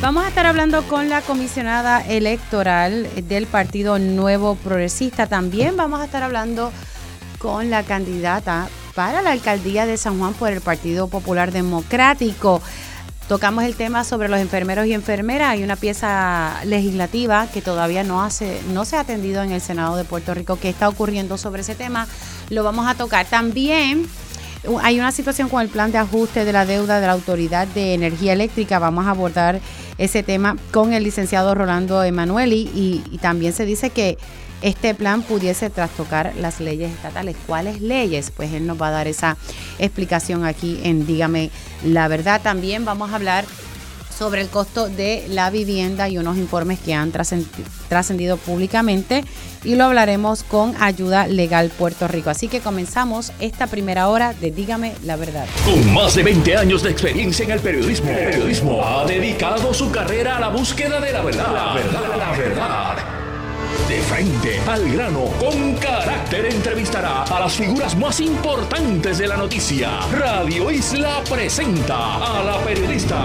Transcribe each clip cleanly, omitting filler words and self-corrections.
Vamos a estar hablando con la comisionada electoral del Partido Nuevo Progresista. También vamos a estar hablando con la candidata para la alcaldía de San Juan por el Partido Popular Democrático. Tocamos el tema sobre los enfermeros y enfermeras. Hay una pieza legislativa que todavía no se ha atendido en el Senado de Puerto Rico. ¿Qué está ocurriendo sobre ese tema? Lo vamos a tocar. También hay una situación con el plan de ajuste de la deuda de la Autoridad de Energía Eléctrica. Vamos a abordar ese tema con el licenciado Rolando Emanueli y también se dice que este plan pudiese trastocar las leyes estatales. ¿Cuáles leyes? Pues él nos va a dar esa explicación aquí en Dígame la Verdad. También vamos a hablar sobre el costo de la vivienda y unos informes que han trascendido públicamente y lo hablaremos con Ayuda Legal Puerto Rico. Así que comenzamos esta primera hora de Dígame la Verdad. Con más de 20 años de experiencia en el periodismo ha dedicado su carrera a la búsqueda de la verdad. La verdad. De frente, al grano, con carácter, entrevistará a las figuras más importantes de la noticia. Radio Isla presenta a la periodista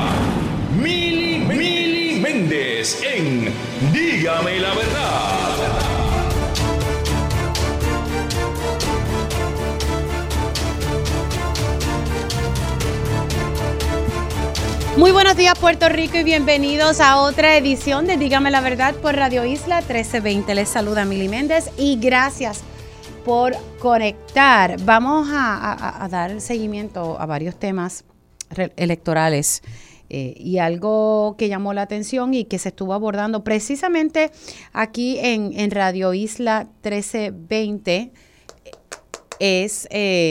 Mili Méndez en Dígame la Verdad. Muy buenos días, Puerto Rico, y bienvenidos a otra edición de Dígame la Verdad por Radio Isla 1320. Les saluda Mili Méndez y gracias por conectar. Vamos a dar seguimiento a varios temas electorales y algo que llamó la atención y que se estuvo abordando precisamente aquí en Radio Isla 1320 es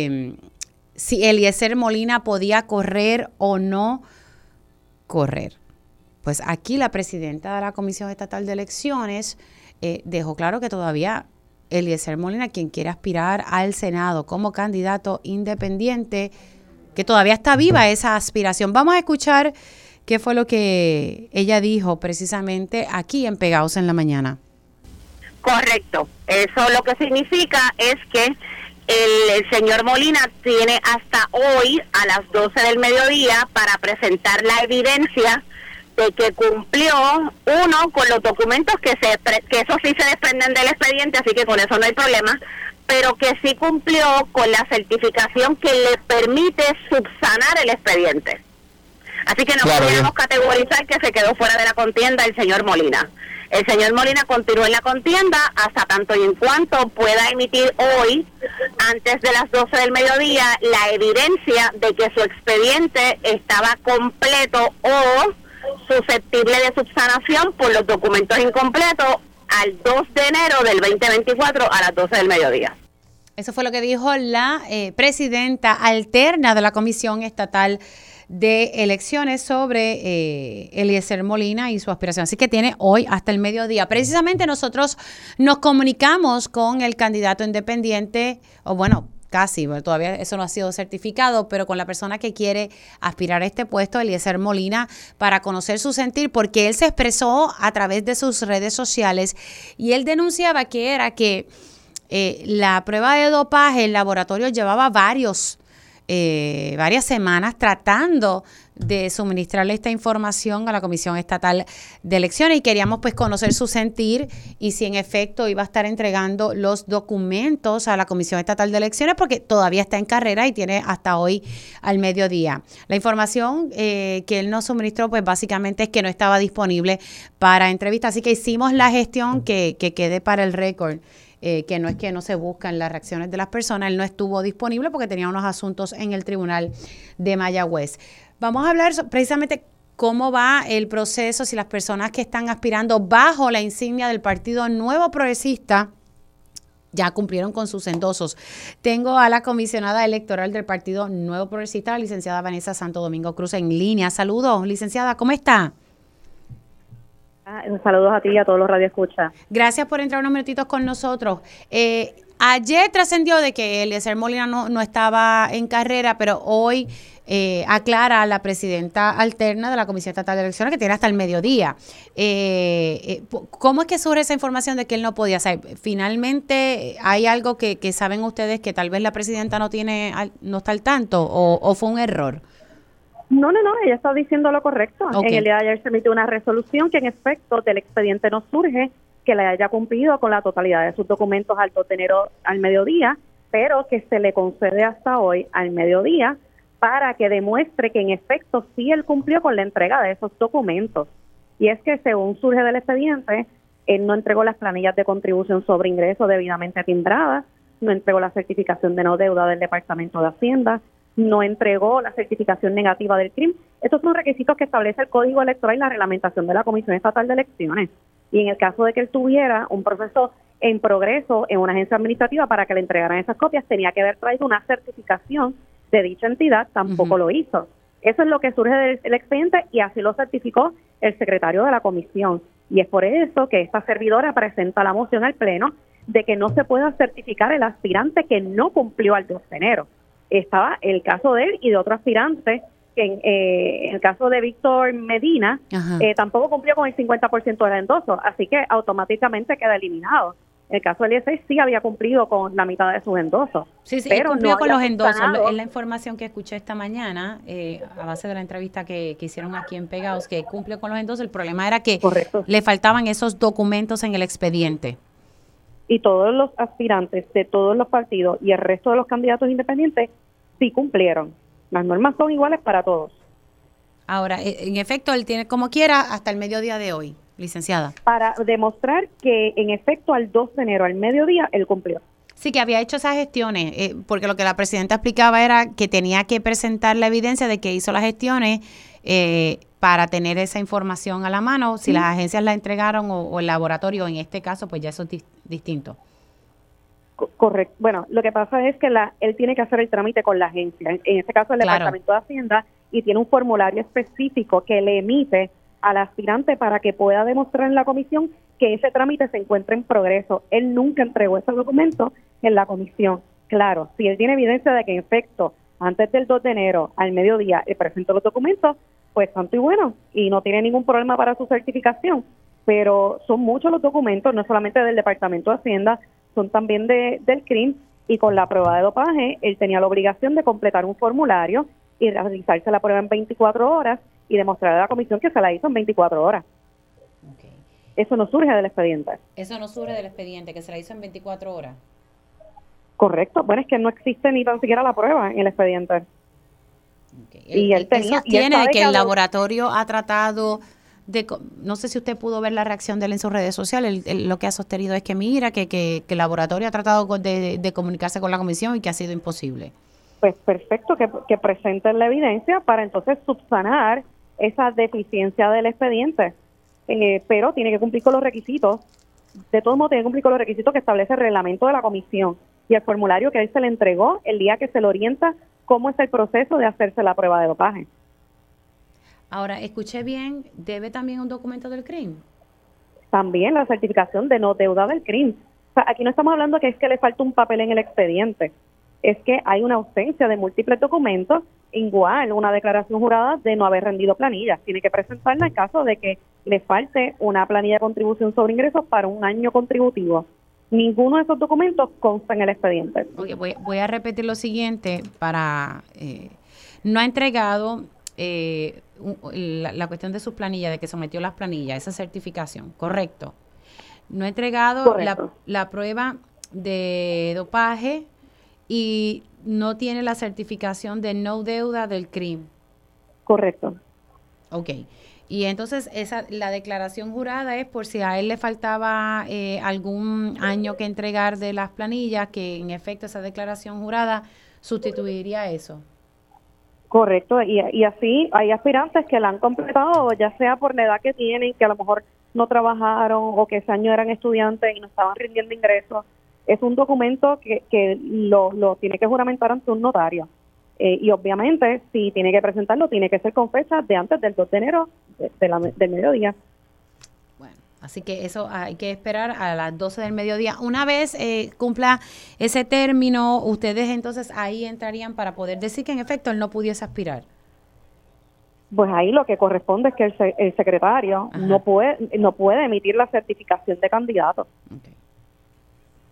si Eliezer Molina podía correr o no correr. Pues aquí la presidenta de la Comisión Estatal de Elecciones dejó claro que todavía Eliezer Molina, quien quiere aspirar al Senado como candidato independiente, que todavía está viva esa aspiración. Vamos a escuchar qué fue lo que ella dijo precisamente aquí en Pegados en la Mañana. Correcto. Eso lo que significa es que el señor Molina tiene hasta hoy a las 12 del mediodía para presentar la evidencia de que cumplió, uno, con los documentos que eso sí se desprenden del expediente, así que con eso no hay problema, pero que sí cumplió con la certificación que le permite subsanar el expediente. Así que no podemos categorizar que se quedó fuera de la contienda el señor Molina. El señor Molina continúa en la contienda hasta tanto y en cuanto pueda emitir hoy, antes de las 12 del mediodía, la evidencia de que su expediente estaba completo o susceptible de subsanación por los documentos incompletos al 2 de enero del 2024 a las 12 del mediodía. Eso fue lo que dijo la presidenta alterna de la Comisión Estatal de Elecciones sobre Eliezer Molina y su aspiración. Así que tiene hoy hasta el mediodía. Precisamente nosotros nos comunicamos con el candidato independiente, o bueno, casi, todavía eso no ha sido certificado, pero con la persona que quiere aspirar a este puesto, Eliezer Molina, para conocer su sentir, porque él se expresó a través de sus redes sociales y él denunciaba que era que la prueba de dopaje, el laboratorio llevaba varias semanas tratando de suministrarle esta información a la Comisión Estatal de Elecciones y queríamos pues conocer su sentir y si en efecto iba a estar entregando los documentos a la Comisión Estatal de Elecciones porque todavía está en carrera y tiene hasta hoy al mediodía. La información que él nos suministró pues básicamente es que no estaba disponible para entrevista, así que hicimos la gestión que quede para el récord. Que no es que no se buscan las reacciones de las personas, él no estuvo disponible porque tenía unos asuntos en el Tribunal de Mayagüez. Vamos a hablar precisamente cómo va el proceso, si las personas que están aspirando bajo la insignia del Partido Nuevo Progresista ya cumplieron con sus endosos. Tengo a la comisionada electoral del Partido Nuevo Progresista, la licenciada Vanessa Santo Domingo Cruz, en línea. Saludos, licenciada, ¿cómo está? Saludos a ti y a todos los radioescuchas. Gracias por entrar unos minutitos con nosotros. Ayer trascendió de que Eliezer Molina no estaba en carrera, pero hoy aclara la presidenta alterna de la Comisión Estatal de Elecciones que tiene hasta el mediodía. ¿Cómo es que surge esa información de que él no podía saber? ¿Finalmente hay algo que saben ustedes que tal vez la presidenta no está al tanto o fue un error? No, ella está diciendo lo correcto. Okay. En el día de ayer se emitió una resolución que en efecto del expediente no surge que le haya cumplido con la totalidad de sus documentos al 2 de enero al mediodía, pero que se le concede hasta hoy al mediodía para que demuestre que en efecto sí él cumplió con la entrega de esos documentos. Y es que según surge del expediente, él no entregó las planillas de contribución sobre ingresos debidamente timbradas, no entregó la certificación de no deuda del Departamento de Hacienda, no entregó la certificación negativa del CRIM. Estos son requisitos que establece el Código Electoral y la reglamentación de la Comisión Estatal de Elecciones. Y en el caso de que él tuviera un proceso en progreso en una agencia administrativa para que le entregaran esas copias, tenía que haber traído una certificación de dicha entidad, tampoco lo hizo. Eso es lo que surge del expediente y así lo certificó el secretario de la comisión. Y es por eso que esta servidora presenta la moción al Pleno de que no se pueda certificar el aspirante que no cumplió al 2 de enero. Estaba el caso de él y de otro aspirante, que en el caso de Víctor Medina, tampoco cumplió con el 50% del endoso, así que automáticamente queda eliminado. En el caso del ISI sí había cumplido con la mitad de sus endosos. Sí, pero cumplió no con los endosos. subsanado. Es la información que escuché esta mañana, a base de la entrevista que hicieron aquí en Pegados, que cumplió con los endosos. El problema era que Correcto. le faltaban esos documentos en el expediente. Y todos los aspirantes de todos los partidos y el resto de los candidatos independientes sí cumplieron. Las normas son iguales para todos. Ahora, en efecto, él tiene como quiera hasta el mediodía de hoy, licenciada. Para demostrar que en efecto al 2 de enero al mediodía él cumplió. Sí, que había hecho esas gestiones, porque lo que la presidenta explicaba era que tenía que presentar la evidencia de que hizo las gestiones para tener esa información a la mano. Si las agencias la entregaron o el laboratorio, en este caso, pues ya eso es distinto. Correcto. Bueno, lo que pasa es que él tiene que hacer el trámite con la agencia, en este caso el Departamento de Hacienda, y tiene un formulario específico que le emite al aspirante para que pueda demostrar en la comisión que ese trámite se encuentra en progreso. Él nunca entregó ese documento en la comisión. Claro, si él tiene evidencia de que en efecto antes del 2 de enero al mediodía presentó los documentos, pues santo y bueno, y no tiene ningún problema para su certificación. Pero son muchos los documentos, no solamente del Departamento de Hacienda, son también del CRIM, y con la prueba de dopaje, él tenía la obligación de completar un formulario y realizarse la prueba en 24 horas y demostrar a la comisión que se la hizo en 24 horas. Okay. Eso no surge del expediente. Eso no surge del expediente, que se la hizo en 24 horas. Correcto. Bueno, es que no existe ni tan siquiera la prueba en el expediente. Okay. Y él tenía, eso tiene de que el laboratorio ha tratado de, no sé si usted pudo ver la reacción de él en sus redes sociales, lo que ha sostenido es que mira, que el laboratorio ha tratado de comunicarse con la comisión y que ha sido imposible. Pues perfecto, que presenten la evidencia para entonces subsanar esa deficiencia del expediente. Pero tiene que cumplir con los requisitos. De todos modos, tiene que cumplir con los requisitos que establece el reglamento de la comisión y el formulario que a él se le entregó el día que se le orienta cómo es el proceso de hacerse la prueba de dopaje. Ahora, escuché bien, ¿debe también un documento del CRIM? También la certificación de no deuda del CRIM. O sea, aquí no estamos hablando que es que le falta un papel en el expediente. Es que hay una ausencia de múltiples documentos, igual una declaración jurada de no haber rendido planillas. Tiene que presentarla en caso de que le falte una planilla de contribución sobre ingresos para un año contributivo. Ninguno de esos documentos consta en el expediente. Oye, voy a repetir lo siguiente para... no ha entregado la cuestión de sus planillas, de que sometió las planillas, esa certificación, correcto. No ha entregado la prueba de dopaje y no tiene la certificación de no deuda del CRIM. Correcto. Ok. Y entonces la declaración jurada es por si a él le faltaba algún año que entregar de las planillas, que en efecto esa declaración jurada sustituiría eso. Correcto, y así hay aspirantes que la han completado, ya sea por la edad que tienen, que a lo mejor no trabajaron o que ese año eran estudiantes y no estaban rindiendo ingresos. Es un documento que lo tiene que juramentar ante un notario. Y obviamente, si tiene que presentarlo, tiene que ser con fecha de antes del 2 de enero del mediodía. Bueno, así que eso hay que esperar a las 12 del mediodía. Una vez cumpla ese término, ustedes entonces ahí entrarían para poder decir que en efecto él no pudiese aspirar. Pues ahí lo que corresponde es que el secretario no puede emitir la certificación de candidato. Okay.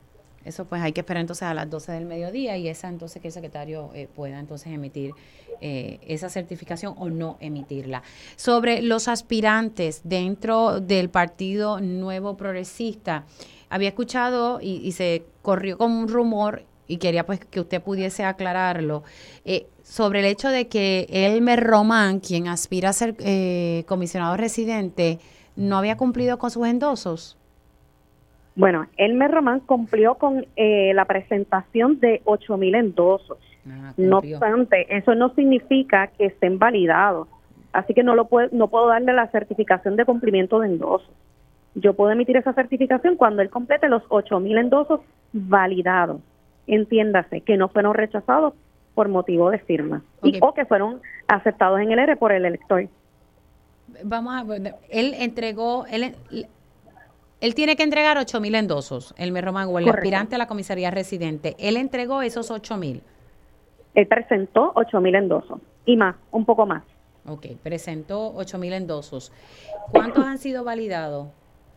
Eso pues hay que esperar entonces a las 12 del mediodía y esa entonces que el secretario pueda entonces emitir esa certificación o no emitirla. Sobre los aspirantes dentro del Partido Nuevo Progresista, había escuchado y se corrió como un rumor y quería pues que usted pudiese aclararlo, sobre el hecho de que Elmer Román, quien aspira a ser comisionado residente, no había cumplido con sus endosos. Bueno, Elmer Román cumplió con la presentación de 8,000 endosos. No obstante, eso no significa que estén validados. Así que no puedo darle la certificación de cumplimiento de endosos. Yo puedo emitir esa certificación cuando él complete los 8,000 endosos validados. Entiéndase, que no fueron rechazados por motivo de firma o que fueron aceptados en el ERE por el elector. Vamos a ver, él entregó, él tiene que entregar 8,000 endosos, Elmer Román, o el aspirante a la comisaría residente. Él entregó esos 8,000. Él presentó 8,000 endosos y más, un poco más. Ok, presentó 8,000 endosos. ¿Cuántos han sido validados?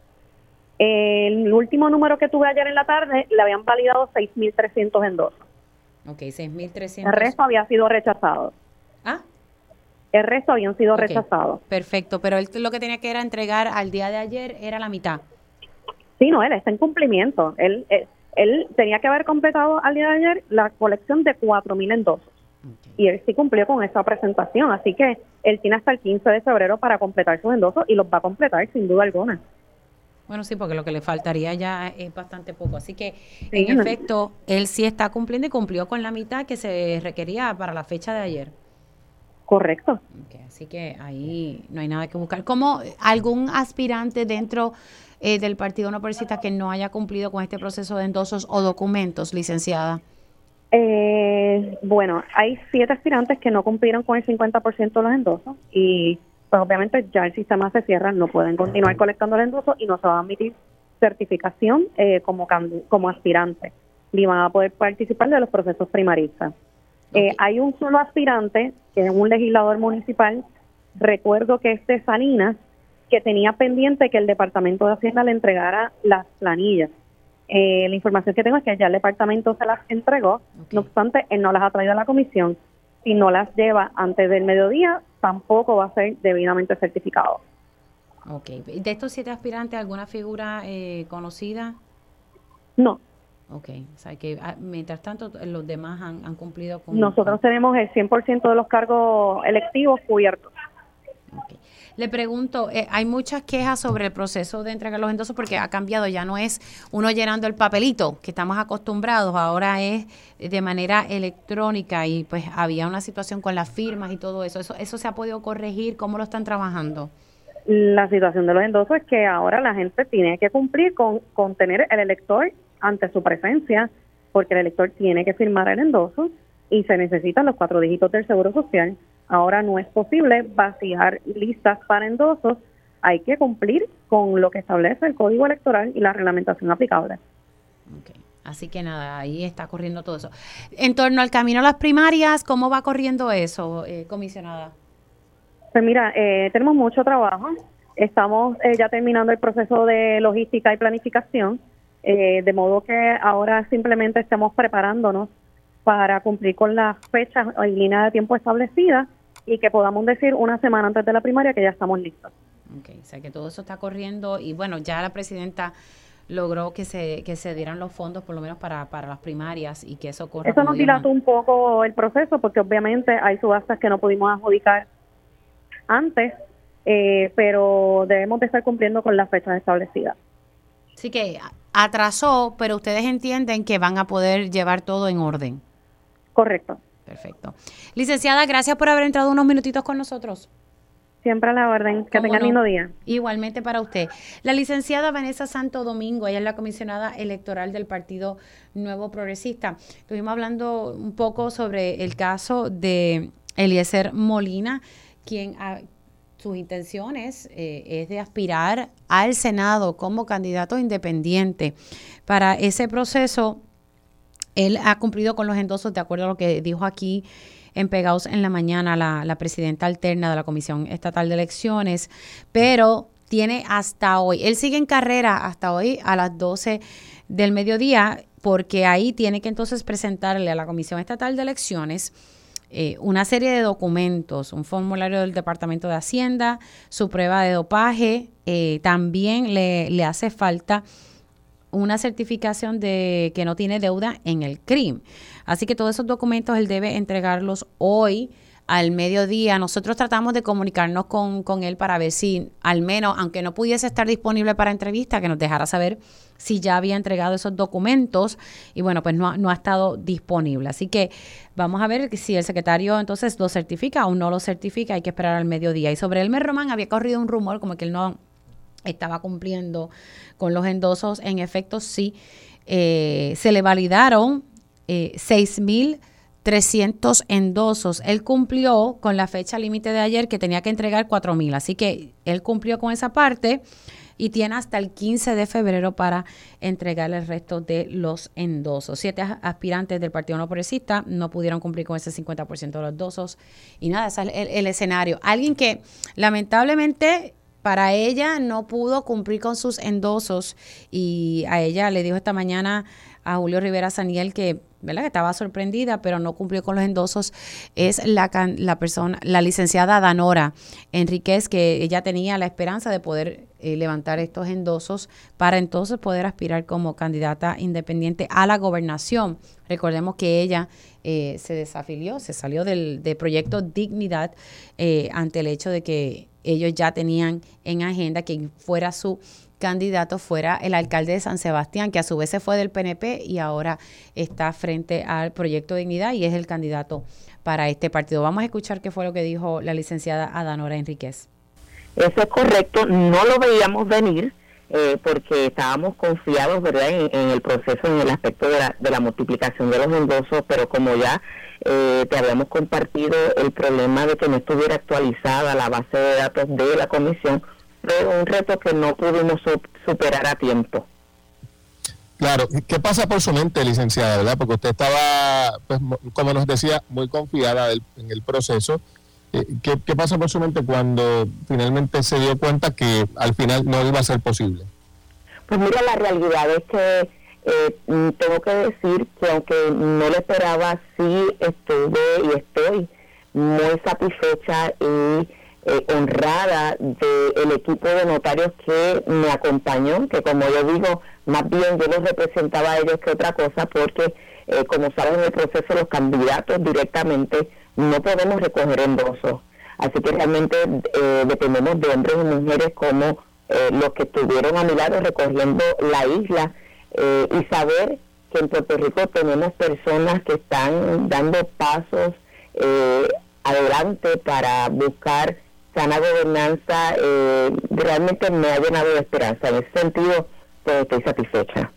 El último número que tuve ayer en la tarde le habían validado 6,300 endosos. Ok, 6,300. El resto había sido rechazado. ¿Ah? El resto habían sido rechazados. Perfecto, pero él lo que tenía que era entregar al día de ayer era la mitad. Sí, no, él está en cumplimiento. Él tenía que haber completado al día de ayer la colección de 4,000 endosos. Okay. Y él sí cumplió con esa presentación. Así que él tiene hasta el 15 de febrero para completar sus endosos y los va a completar sin duda alguna. Bueno, sí, porque lo que le faltaría ya es bastante poco. Así que, en efecto, él sí está cumpliendo y cumplió con la mitad que se requería para la fecha de ayer. Correcto. Okay, así que ahí no hay nada que buscar. ¿Cómo algún aspirante dentro del Partido No Progresista que no haya cumplido con este proceso de endosos o documentos, licenciada? Bueno, hay 7 aspirantes que no cumplieron con el 50% de los endosos y pues obviamente ya el sistema se cierra, no pueden continuar colectando el endoso y no se va a admitir certificación como aspirante, ni van a poder participar de los procesos primaristas. Okay. Hay un solo aspirante, que es un legislador municipal, recuerdo que es de Salinas, que tenía pendiente que el Departamento de Hacienda le entregara las planillas. La información que tengo es que ya el departamento se las entregó, okay. No obstante, él no las ha traído a la comisión. Si no las lleva antes del mediodía, tampoco va a ser debidamente certificado. Ok. ¿De estos 7 aspirantes, alguna figura conocida? No. Ok. O sea, que mientras tanto, los demás han cumplido con... Nosotros tenemos el 100% de los cargos electivos cubiertos. Okay. Le pregunto, hay muchas quejas sobre el proceso de entregar los endosos porque ha cambiado, ya no es uno llenando el papelito que estamos acostumbrados, ahora es de manera electrónica y pues había una situación con las firmas y todo eso. ¿Eso se ha podido corregir? ¿Cómo lo están trabajando? La situación de los endosos es que ahora la gente tiene que cumplir con tener el elector ante su presencia, porque el elector tiene que firmar el endoso y se necesitan los 4 dígitos del Seguro Social. Ahora no es posible vaciar listas para endosos, hay que cumplir con lo que establece el Código Electoral y la reglamentación aplicable. Okay. Así que nada, ahí está corriendo todo eso. En torno al camino a las primarias, ¿cómo va corriendo eso, comisionada? Pues mira, tenemos mucho trabajo. Estamos ya terminando el proceso de logística y planificación, de modo que ahora simplemente estemos preparándonos para cumplir con las fechas y líneas de tiempo establecidas y que podamos decir una semana antes de la primaria que ya estamos listos. Okay, o sea que todo eso está corriendo y bueno, ya la presidenta logró que se dieran los fondos por lo menos para las primarias y que eso corra. Eso nos dilató un poco el proceso porque obviamente hay subastas que no pudimos adjudicar antes, pero debemos de estar cumpliendo con las fechas establecidas. Así que atrasó, pero ustedes entienden que van a poder llevar todo en orden. Correcto. Perfecto. Licenciada, gracias por haber entrado unos minutitos con nosotros. Siempre a la orden. Que tengan lindo día. Igualmente para usted. La licenciada Vanessa Santo Domingo, ella es la comisionada electoral del Partido Nuevo Progresista. Estuvimos hablando un poco sobre el caso de Eliezer Molina, quien sus intenciones es de aspirar al Senado como candidato independiente. Para ese proceso, él ha cumplido con los endosos de acuerdo a lo que dijo aquí en Pegados en la Mañana la presidenta alterna de la Comisión Estatal de Elecciones, pero tiene hasta hoy, él sigue en carrera hasta hoy a las 12 del mediodía, porque ahí tiene que entonces presentarle a la Comisión Estatal de Elecciones una serie de documentos, un formulario del Departamento de Hacienda, su prueba de dopaje, también le hace falta una certificación de que no tiene deuda en el crimen. Así que todos esos documentos él debe entregarlos hoy al mediodía. Nosotros tratamos de comunicarnos con él para ver si, al menos, aunque no pudiese estar disponible para entrevista, que nos dejara saber si ya había entregado esos documentos. Y bueno, pues no ha estado disponible. Así que vamos a ver si el secretario entonces lo certifica o no lo certifica. Hay que esperar al mediodía. Y sobre Elmer Román había corrido un rumor como que él no estaba cumpliendo con los endosos. En efecto, sí. Se le validaron 6,300 endosos. Él cumplió con la fecha límite de ayer, que tenía que entregar 4,000. Así que él cumplió con esa parte y tiene hasta el 15 de febrero para entregar el resto de los endosos. 7 aspirantes del Partido No Progresista no pudieron cumplir con ese 50% de los endosos. Y nada, ese es el escenario. Alguien que lamentablemente para ella no pudo cumplir con sus endosos, y a ella le dijo esta mañana a Julio Rivera Saniel que, ¿verdad?, que estaba sorprendida, pero no cumplió con los endosos, es la licenciada Danora Enríquez, que ella tenía la esperanza de poder levantar estos endosos para entonces poder aspirar como candidata independiente a la gobernación. Recordemos que ella se desafilió, se salió del proyecto Dignidad ante el hecho de que ellos ya tenían en agenda que fuera su candidato, fuera el alcalde de San Sebastián, que a su vez se fue del PNP y ahora está frente al proyecto Dignidad y es el candidato para este partido. Vamos a escuchar qué fue lo que dijo la licenciada Danora Enríquez. Eso es correcto, no lo veíamos venir porque estábamos confiados, ¿verdad?, en el proceso, en el aspecto de la multiplicación de los endosos, pero como ya te habíamos compartido, el problema de que no estuviera actualizada la base de datos de la comisión fue un reto que no pudimos superar a tiempo. Claro, ¿qué pasa por su mente, licenciada, verdad? Porque usted estaba, pues, como nos decía, muy confiada en el proceso. ¿Qué pasa por su mente cuando finalmente se dio cuenta que al final no iba a ser posible? Pues mira, la realidad es que tengo que decir que aunque no lo esperaba, sí estuve y estoy muy satisfecha y honrada del equipo de notarios que me acompañó, que como yo digo, más bien yo los representaba a ellos que otra cosa, porque como saben, en el proceso los candidatos directamente no podemos recoger endosos, así que realmente dependemos de hombres y mujeres como los que estuvieron a mi lado recorriendo la isla, y saber que en Puerto Rico tenemos personas que están dando pasos adelante para buscar sana gobernanza, realmente me ha llenado de esperanza. En ese sentido, pues estoy satisfecha.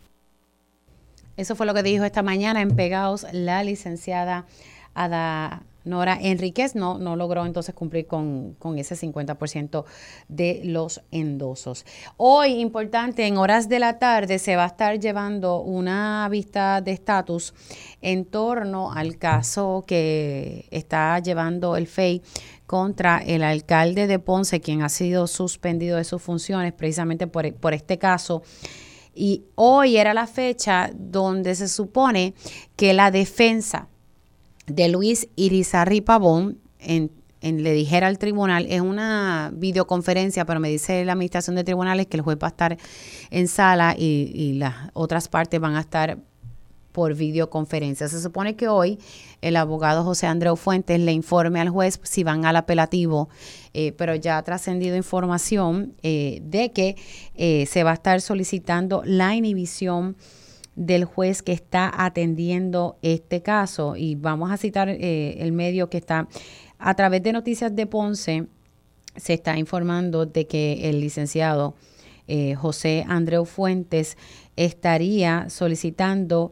Eso fue lo que dijo esta mañana en Pegaos la licenciada Danora Enríquez. No logró entonces cumplir con ese 50% de los endosos. Hoy, importante, en horas de la tarde se va a estar llevando una vista de estatus en torno al caso que está llevando el FEI contra el alcalde de Ponce, quien ha sido suspendido de sus funciones precisamente por este caso. Y hoy era la fecha donde se supone que la defensa de Luis Irizarry Pavón le dijera al tribunal, es una videoconferencia, pero me dice la administración de tribunales que el juez va a estar en sala y las otras partes van a estar por videoconferencia. Se supone que hoy el abogado José Andreu Fuentes le informe al juez si van al apelativo, pero ya ha trascendido información de que se va a estar solicitando la inhibición del juez que está atendiendo este caso. Y vamos a citar el medio que está a través de Noticias de Ponce. Se está informando de que el licenciado José Andreu Fuentes estaría solicitando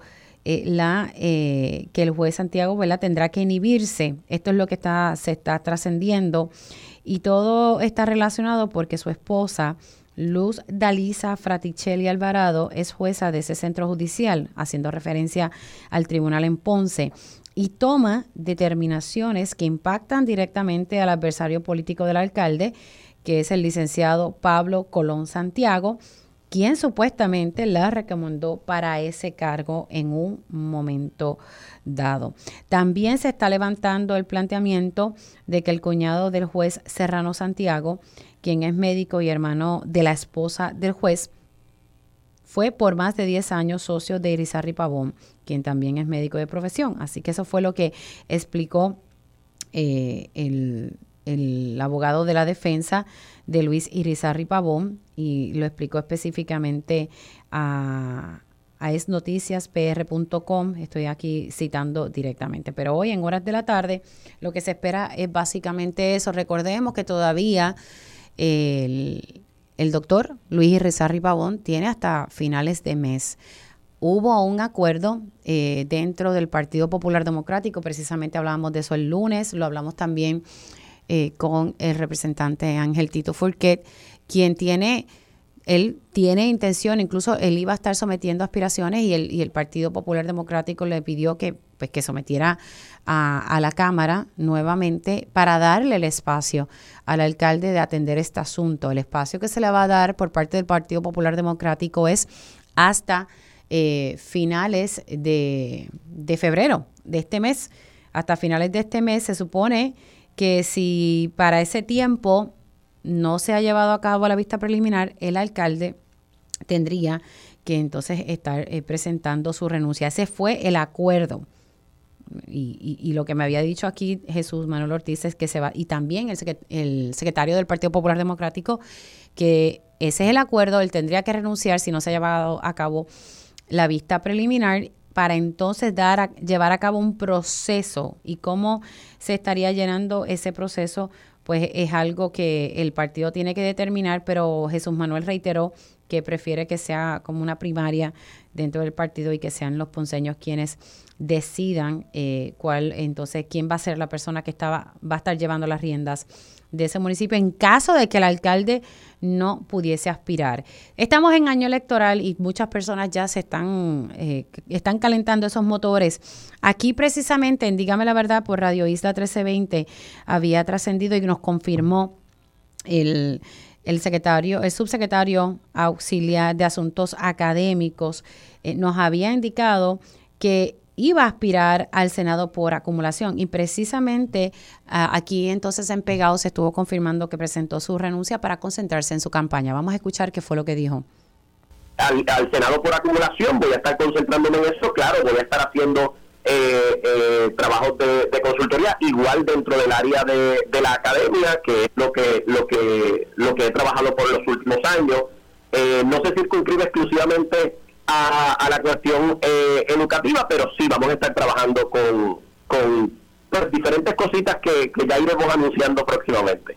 que el juez Santiago, ¿verdad?, tendrá que inhibirse. Esto es lo que se está trascendiendo, y todo está relacionado porque su esposa, Luz Dalisa Fraticelli Alvarado, es jueza de ese centro judicial, haciendo referencia al tribunal en Ponce, y toma determinaciones que impactan directamente al adversario político del alcalde, que es el licenciado Pablo Colón Santiago, quien supuestamente la recomendó para ese cargo en un momento dado. También se está levantando el planteamiento de que el cuñado del juez Serrano Santiago, quien es médico y hermano de la esposa del juez, fue por más de 10 años socio de Irizarry Pavón, quien también es médico de profesión. Así que eso fue lo que explicó el abogado de la defensa de Luis Irizarry Pavón, y lo explicó específicamente a esnoticiaspr.com. Estoy aquí citando directamente. Pero hoy en horas de la tarde lo que se espera es básicamente eso. Recordemos que todavía el doctor Luis Irizarry Pavón tiene hasta finales de mes. Hubo un acuerdo dentro del Partido Popular Democrático, precisamente hablábamos de eso el lunes, lo hablamos también con el representante Ángel Tito Fourquet, quien él tiene intención, incluso él iba a estar sometiendo aspiraciones y el Partido Popular Democrático le pidió que sometiera a la Cámara nuevamente para darle el espacio al alcalde de atender este asunto. El espacio que se le va a dar por parte del Partido Popular Democrático es hasta finales de febrero de este mes. Hasta finales de este mes se supone que si para ese tiempo no se ha llevado a cabo la vista preliminar, el alcalde tendría que entonces estar presentando su renuncia. Ese fue el acuerdo. Y lo que me había dicho aquí Jesús Manuel Ortiz es que se va, y también el secretario del Partido Popular Democrático, que ese es el acuerdo, él tendría que renunciar si no se ha llevado a cabo la vista preliminar, para entonces llevar a cabo un proceso. Y cómo se estaría llenando ese proceso, pues es algo que el partido tiene que determinar, pero Jesús Manuel reiteró que prefiere que sea como una primaria dentro del partido y que sean los ponceños quienes decidan quién va a ser la persona que va a estar llevando las riendas de ese municipio en caso de que el alcalde no pudiese aspirar. Estamos en año electoral y muchas personas ya se están calentando esos motores. Aquí precisamente en Dígame la Verdad por Radio Isla 1320 había trascendido y nos confirmó el subsecretario auxiliar de Asuntos Académicos, nos había indicado que iba a aspirar al Senado por acumulación, y precisamente aquí entonces en Pegados se estuvo confirmando que presentó su renuncia para concentrarse en su campaña. Vamos a escuchar qué fue lo que dijo. Al Senado por acumulación voy a estar concentrándome en eso, claro, voy a estar haciendo trabajos de consultoría, igual dentro del área de la academia, que es lo que he trabajado por los últimos años. No se circunscribe exclusivamente a la cuestión educativa, pero sí vamos a estar trabajando con pues, diferentes cositas que ya iremos anunciando próximamente.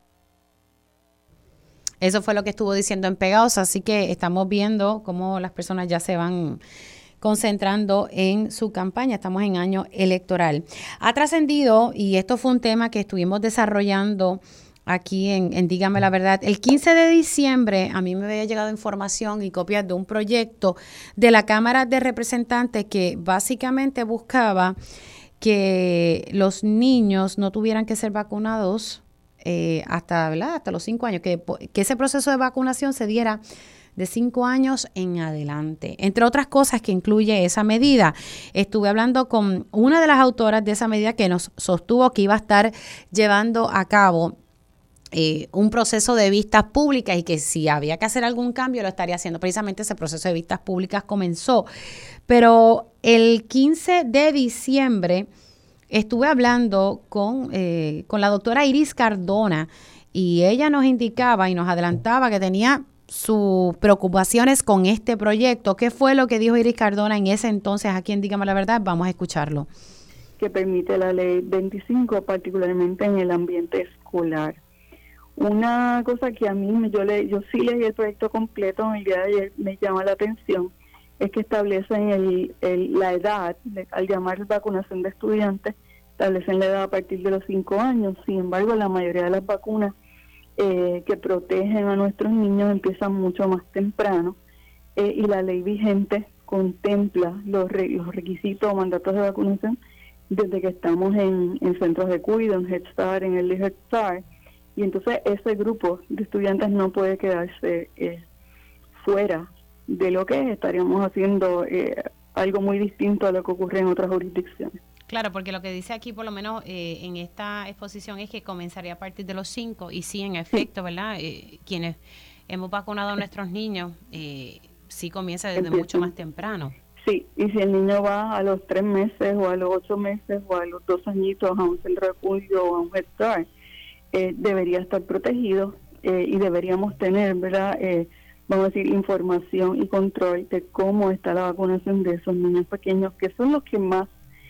Eso fue lo que estuvo diciendo en Pegados, así que estamos viendo cómo las personas ya se van concentrando en su campaña. Estamos en año electoral. Ha trascendido, y esto fue un tema que estuvimos desarrollando aquí en Dígame la Verdad. El 15 de diciembre a mí me había llegado información y copias de un proyecto de la Cámara de Representantes que básicamente buscaba que los niños no tuvieran que ser vacunados hasta los 5 años, que ese proceso de vacunación se diera de 5 años en adelante. Entre otras cosas que incluye esa medida. Estuve hablando con una de las autoras de esa medida que nos sostuvo que iba a estar llevando a cabo un proceso de vistas públicas y que si había que hacer algún cambio lo estaría haciendo. Precisamente ese proceso de vistas públicas comenzó. Pero el 15 de diciembre estuve hablando con la doctora Iris Cardona y ella nos indicaba y nos adelantaba que tenía sus preocupaciones con este proyecto. ¿Qué fue lo que dijo Iris Cardona en ese entonces aquí en Dígame la Verdad? Vamos a escucharlo. Que permite la ley 25, particularmente en el ambiente escolar. Una cosa que a mí, yo sí leí el proyecto completo el día de ayer, me llama la atención, es que establecen la edad, al llamar vacunación de estudiantes, establecen la edad a partir de los 5 años. Sin embargo, la mayoría de las vacunas que protegen a nuestros niños empiezan mucho más temprano, y la ley vigente contempla los requisitos o mandatos de vacunación desde que estamos en centros de cuidado, en Head Start, en Early Head Start. Y entonces ese grupo de estudiantes no puede quedarse fuera de lo que estaríamos haciendo algo muy distinto a lo que ocurre en otras jurisdicciones. Claro, porque lo que dice aquí, por lo menos en esta exposición, es que comenzaría a partir de los 5, y sí, en efecto, ¿verdad? Quienes hemos vacunado a nuestros niños, sí comienza desde mucho más temprano. Sí, y si el niño va a los 3 meses o a los 8 meses o a los 2 añitos a un centro de refugio o a un Head Start, debería estar protegido y deberíamos tener, ¿verdad? Vamos a decir, información y control de cómo está la vacunación de esos niños pequeños, que son los que más,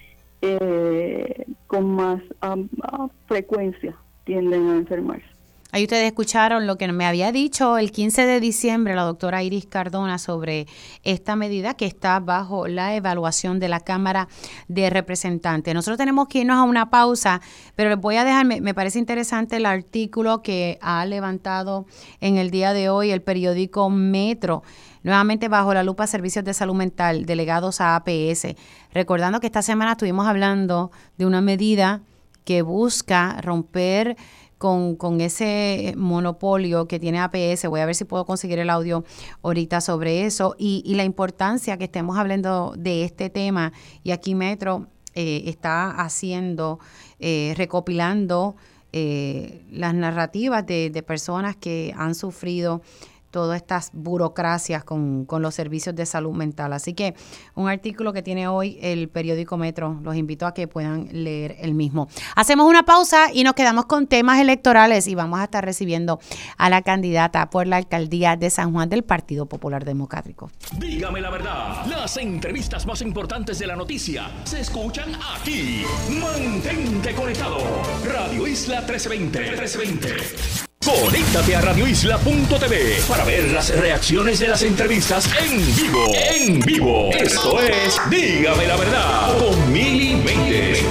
con más frecuencia tienden a enfermarse. Ahí ustedes escucharon lo que me había dicho el 15 de diciembre la doctora Iris Cardona sobre esta medida que está bajo la evaluación de la Cámara de Representantes. Nosotros tenemos que irnos a una pausa, pero les voy a dejar, me parece interesante el artículo que ha levantado en el día de hoy el periódico Metro, nuevamente bajo la lupa Servicios de Salud Mental, delegados a APS. Recordando que esta semana estuvimos hablando de una medida que busca romper con ese monopolio que tiene APS. Voy a ver si puedo conseguir el audio ahorita sobre eso y la importancia que estemos hablando de este tema. Y aquí Metro está haciendo, recopilando las narrativas de personas que han sufrido todas estas burocracias con los servicios de salud mental. Así que un artículo que tiene hoy el periódico Metro, los invito a que puedan leer el mismo. Hacemos una pausa y nos quedamos con temas electorales y vamos a estar recibiendo a la candidata por la alcaldía de San Juan del Partido Popular Democrático. Dígame la verdad, las entrevistas más importantes de la noticia se escuchan aquí. Mantente conectado. Radio Isla 1320. Conéctate a radioisla.tv para ver las reacciones de las entrevistas en vivo. En vivo. Esto es Dígame la verdad con Mili Méndez.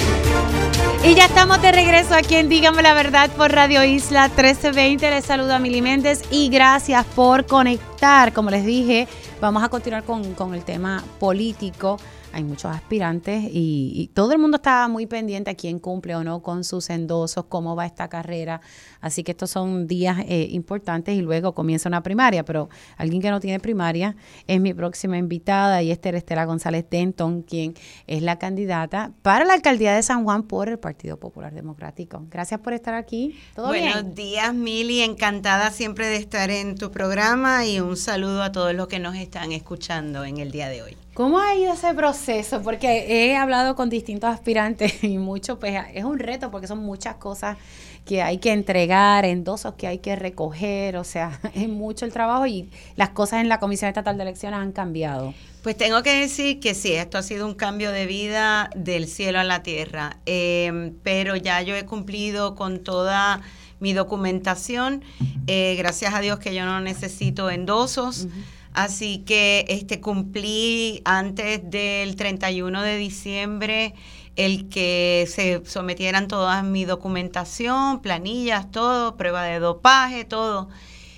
Y ya estamos de regreso aquí en Dígame la Verdad por Radio Isla 1320. Les saluda Mili Méndez y gracias por conectar. Como les dije, vamos a continuar con el tema político. Hay muchos aspirantes y todo el mundo está muy pendiente a quién cumple o no con sus endosos, cómo va esta carrera. Así que estos son días importantes y luego comienza una primaria. Pero alguien que no tiene primaria es mi próxima invitada y Estela González Denton, quien es la candidata para la alcaldía de San Juan por el Partido Popular Democrático. Gracias por estar aquí. ¿Todo bien? Buenos días, Mili. Encantada siempre de estar en tu programa y un saludo a todos los que nos están escuchando en el día de hoy. ¿Cómo ha ido ese proceso? Porque he hablado con distintos aspirantes y mucho, pues es un reto porque son muchas cosas que hay que entregar, endosos que hay que recoger, o sea, es mucho el trabajo y las cosas en la Comisión Estatal de Elecciones han cambiado. Pues tengo que decir que sí, esto ha sido un cambio de vida del cielo a la tierra, pero ya yo he cumplido con toda mi documentación, gracias a Dios que yo no necesito endosos. Uh-huh. Así que cumplí antes del 31 de diciembre el que se sometieran toda mi documentación, planillas, todo, prueba de dopaje, todo.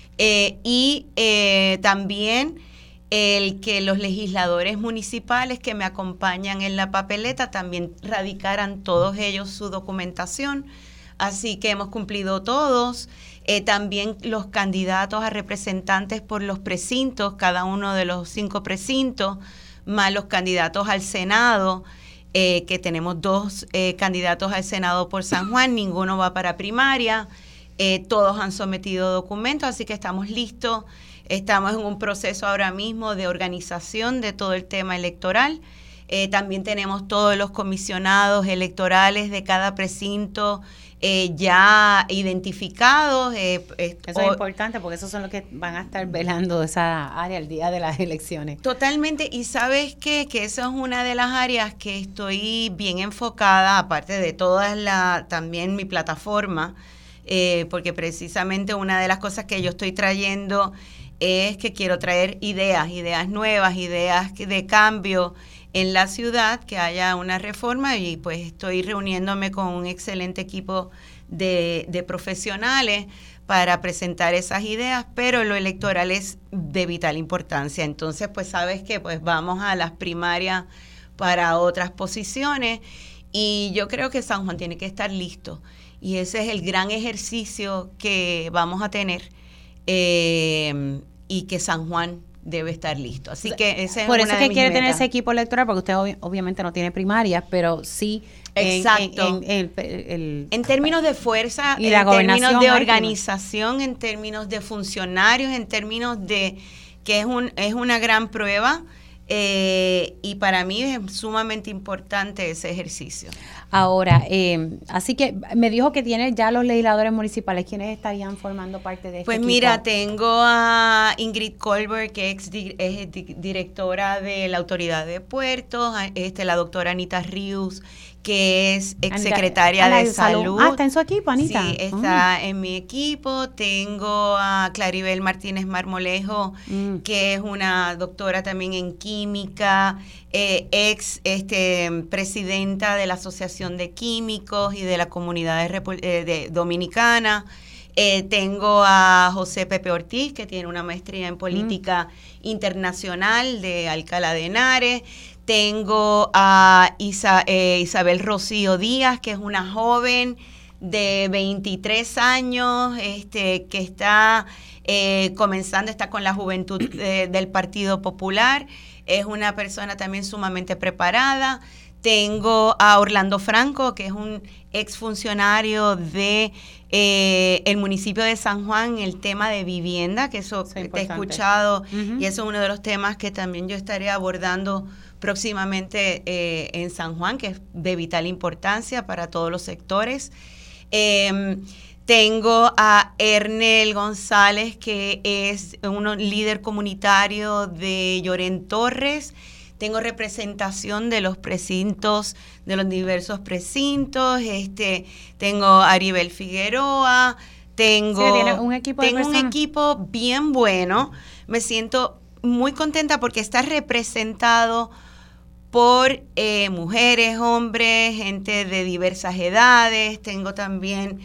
También el que los legisladores municipales que me acompañan en la papeleta también radicaran todos ellos su documentación. Así que hemos cumplido todos. También los candidatos a representantes por los precintos, cada uno de los 5 precintos, más los candidatos al Senado, que tenemos 2 candidatos al Senado por San Juan, ninguno va para primaria, todos han sometido documentos, así que estamos listos. Estamos en un proceso ahora mismo de organización de todo el tema electoral. También tenemos todos los comisionados electorales de cada precinto ya identificados. Eso es importante porque esos son los que van a estar velando esa área el día de las elecciones. Totalmente, y ¿sabes qué? Que eso es una de las áreas que estoy bien enfocada, aparte de también mi plataforma, porque precisamente una de las cosas que yo estoy trayendo es que quiero traer ideas nuevas, ideas de cambio en la ciudad, que haya una reforma y pues estoy reuniéndome con un excelente equipo de profesionales para presentar esas ideas, pero lo electoral es de vital importancia. Entonces, pues sabes que pues vamos a las primarias para otras posiciones y yo creo que San Juan tiene que estar listo y ese es el gran ejercicio que vamos a tener y que San Juan debe estar listo. Así que ese es por eso una es de que mis quiere tener metas. ese equipo electoral, porque usted obviamente no tiene primarias, pero sí Exacto. en términos de fuerza, y la en términos gobernación de hay organización, en términos de funcionarios, en términos de que es una gran prueba, y para mí es sumamente importante ese ejercicio. Ahora, así que me dijo que tiene ya los legisladores municipales. ¿Quiénes estarían formando parte de este Pues equipo? mira, tengo a Ingrid Colbert, que es directora de la Autoridad de Puertos, la doctora Anita Ríos, que es exsecretaria de Salud. Ah, está en su equipo, Anita. Sí, está en mi equipo. Tengo a Claribel Martínez Marmolejo, que es una doctora también en química, ex presidenta de la Asociación de Químicos y de la Comunidad Dominicana. Tengo a José Pepe Ortiz, que tiene una maestría en política internacional de Alcalá de Henares. Tengo a Isabel Rocío Díaz, que es una joven de 23 años, que está comenzando, está con la juventud del Partido Popular. Es una persona también sumamente preparada. Tengo a Orlando Franco, que es un exfuncionario de el municipio de San Juan, el tema de vivienda, que eso te he escuchado, y eso es uno de los temas que también yo estaré abordando próximamente en San Juan, que es de vital importancia para todos los sectores. Tengo a Ernel González, que es un líder comunitario de Llorén Torres. Tengo representación de los precintos, de los diversos precintos. Tengo a Aribel Figueroa. Tengo un equipo bien bueno. Me siento muy contenta porque está representado por mujeres, hombres, gente de diversas edades. Tengo también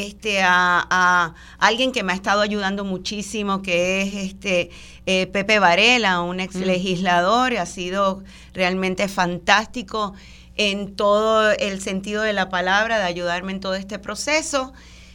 a alguien que me ha estado ayudando muchísimo, que es Pepe Varela, un ex legislador. Ha sido realmente fantástico en todo el sentido de la palabra, de ayudarme en todo este proceso.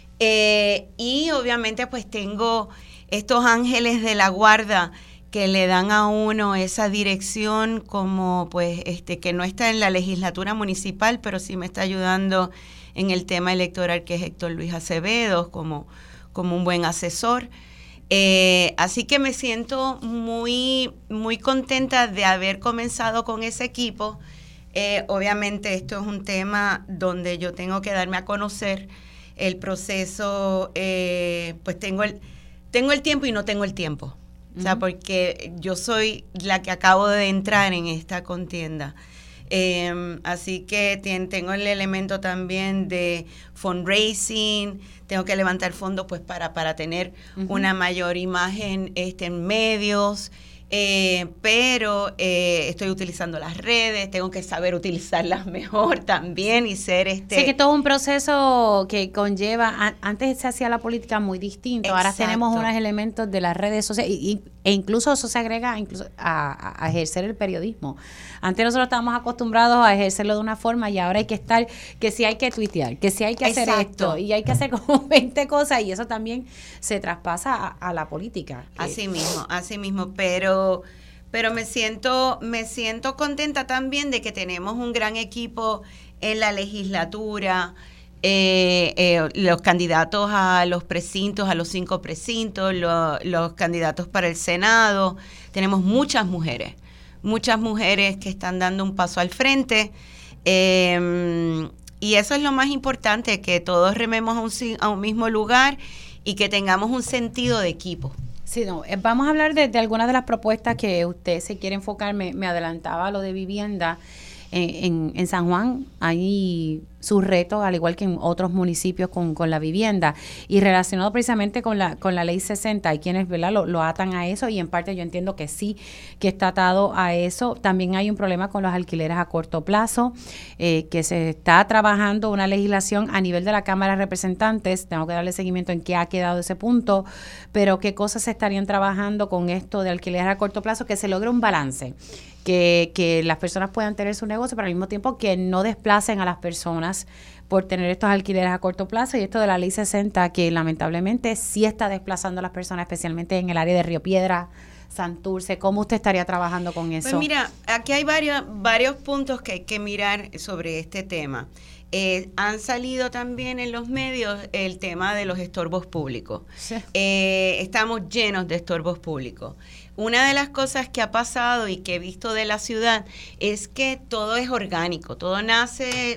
Y obviamente pues tengo estos ángeles de la guarda que le dan a uno esa dirección, como pues que no está en la legislatura municipal, pero sí me está ayudando en el tema electoral, que es Héctor Luis Acevedo, como un buen asesor. Así que me siento muy, muy contenta de haber comenzado con ese equipo. Obviamente esto es un tema donde yo tengo que darme a conocer. El proceso, pues tengo el tiempo y no tengo el tiempo. O sea, porque yo soy la que acabo de entrar en esta contienda. Así que tengo el elemento también de fundraising, tengo que levantar fondos pues para tener una mayor imagen en medios, pero estoy utilizando las redes, tengo que saber utilizarlas mejor también y ser Sí, que todo un proceso que conlleva, antes se hacía la política muy distinto. Exacto. Ahora tenemos unos elementos de las redes sociales e incluso eso se agrega a ejercer el periodismo. Antes nosotros estábamos acostumbrados a ejercerlo de una forma y ahora hay que estar, que si hay que tuitear, que si hay que hacer esto y hay que hacer como 20 cosas, y eso también se traspasa a la política. Así mismo, pero me siento contenta también de que tenemos un gran equipo en la legislatura, los candidatos a los precintos, a los 5 precintos, los candidatos para el Senado. Tenemos muchas mujeres que están dando un paso al frente, y eso es lo más importante, que todos rememos a un mismo lugar y que tengamos un sentido de equipo. Sí, vamos a hablar de algunas de las propuestas que usted se quiere enfocar. Me adelantaba lo de vivienda. En San Juan hay sus retos, al igual que en otros municipios con la vivienda, y relacionado precisamente con la ley 60, hay quienes, ¿verdad?, lo atan a eso, y en parte yo entiendo que sí, que está atado a eso. También hay un problema con los alquileres a corto plazo, que se está trabajando una legislación a nivel de la Cámara de Representantes. Tengo que darle seguimiento en qué ha quedado ese punto, pero qué cosas se estarían trabajando con esto de alquileres a corto plazo, que se logre un balance, que las personas puedan tener su negocio, pero al mismo tiempo que no desplacen a las personas por tener estos alquileres a corto plazo, y esto de la Ley 60, que lamentablemente sí está desplazando a las personas, especialmente en el área de Río Piedra, Santurce. ¿Cómo usted estaría trabajando con eso? Pues mira, aquí hay varios puntos que hay que mirar sobre este tema. Han salido también en los medios el tema de los estorbos públicos. Sí. Estamos llenos de estorbos públicos. Una de las cosas que ha pasado y que he visto de la ciudad es que todo es orgánico, todo nace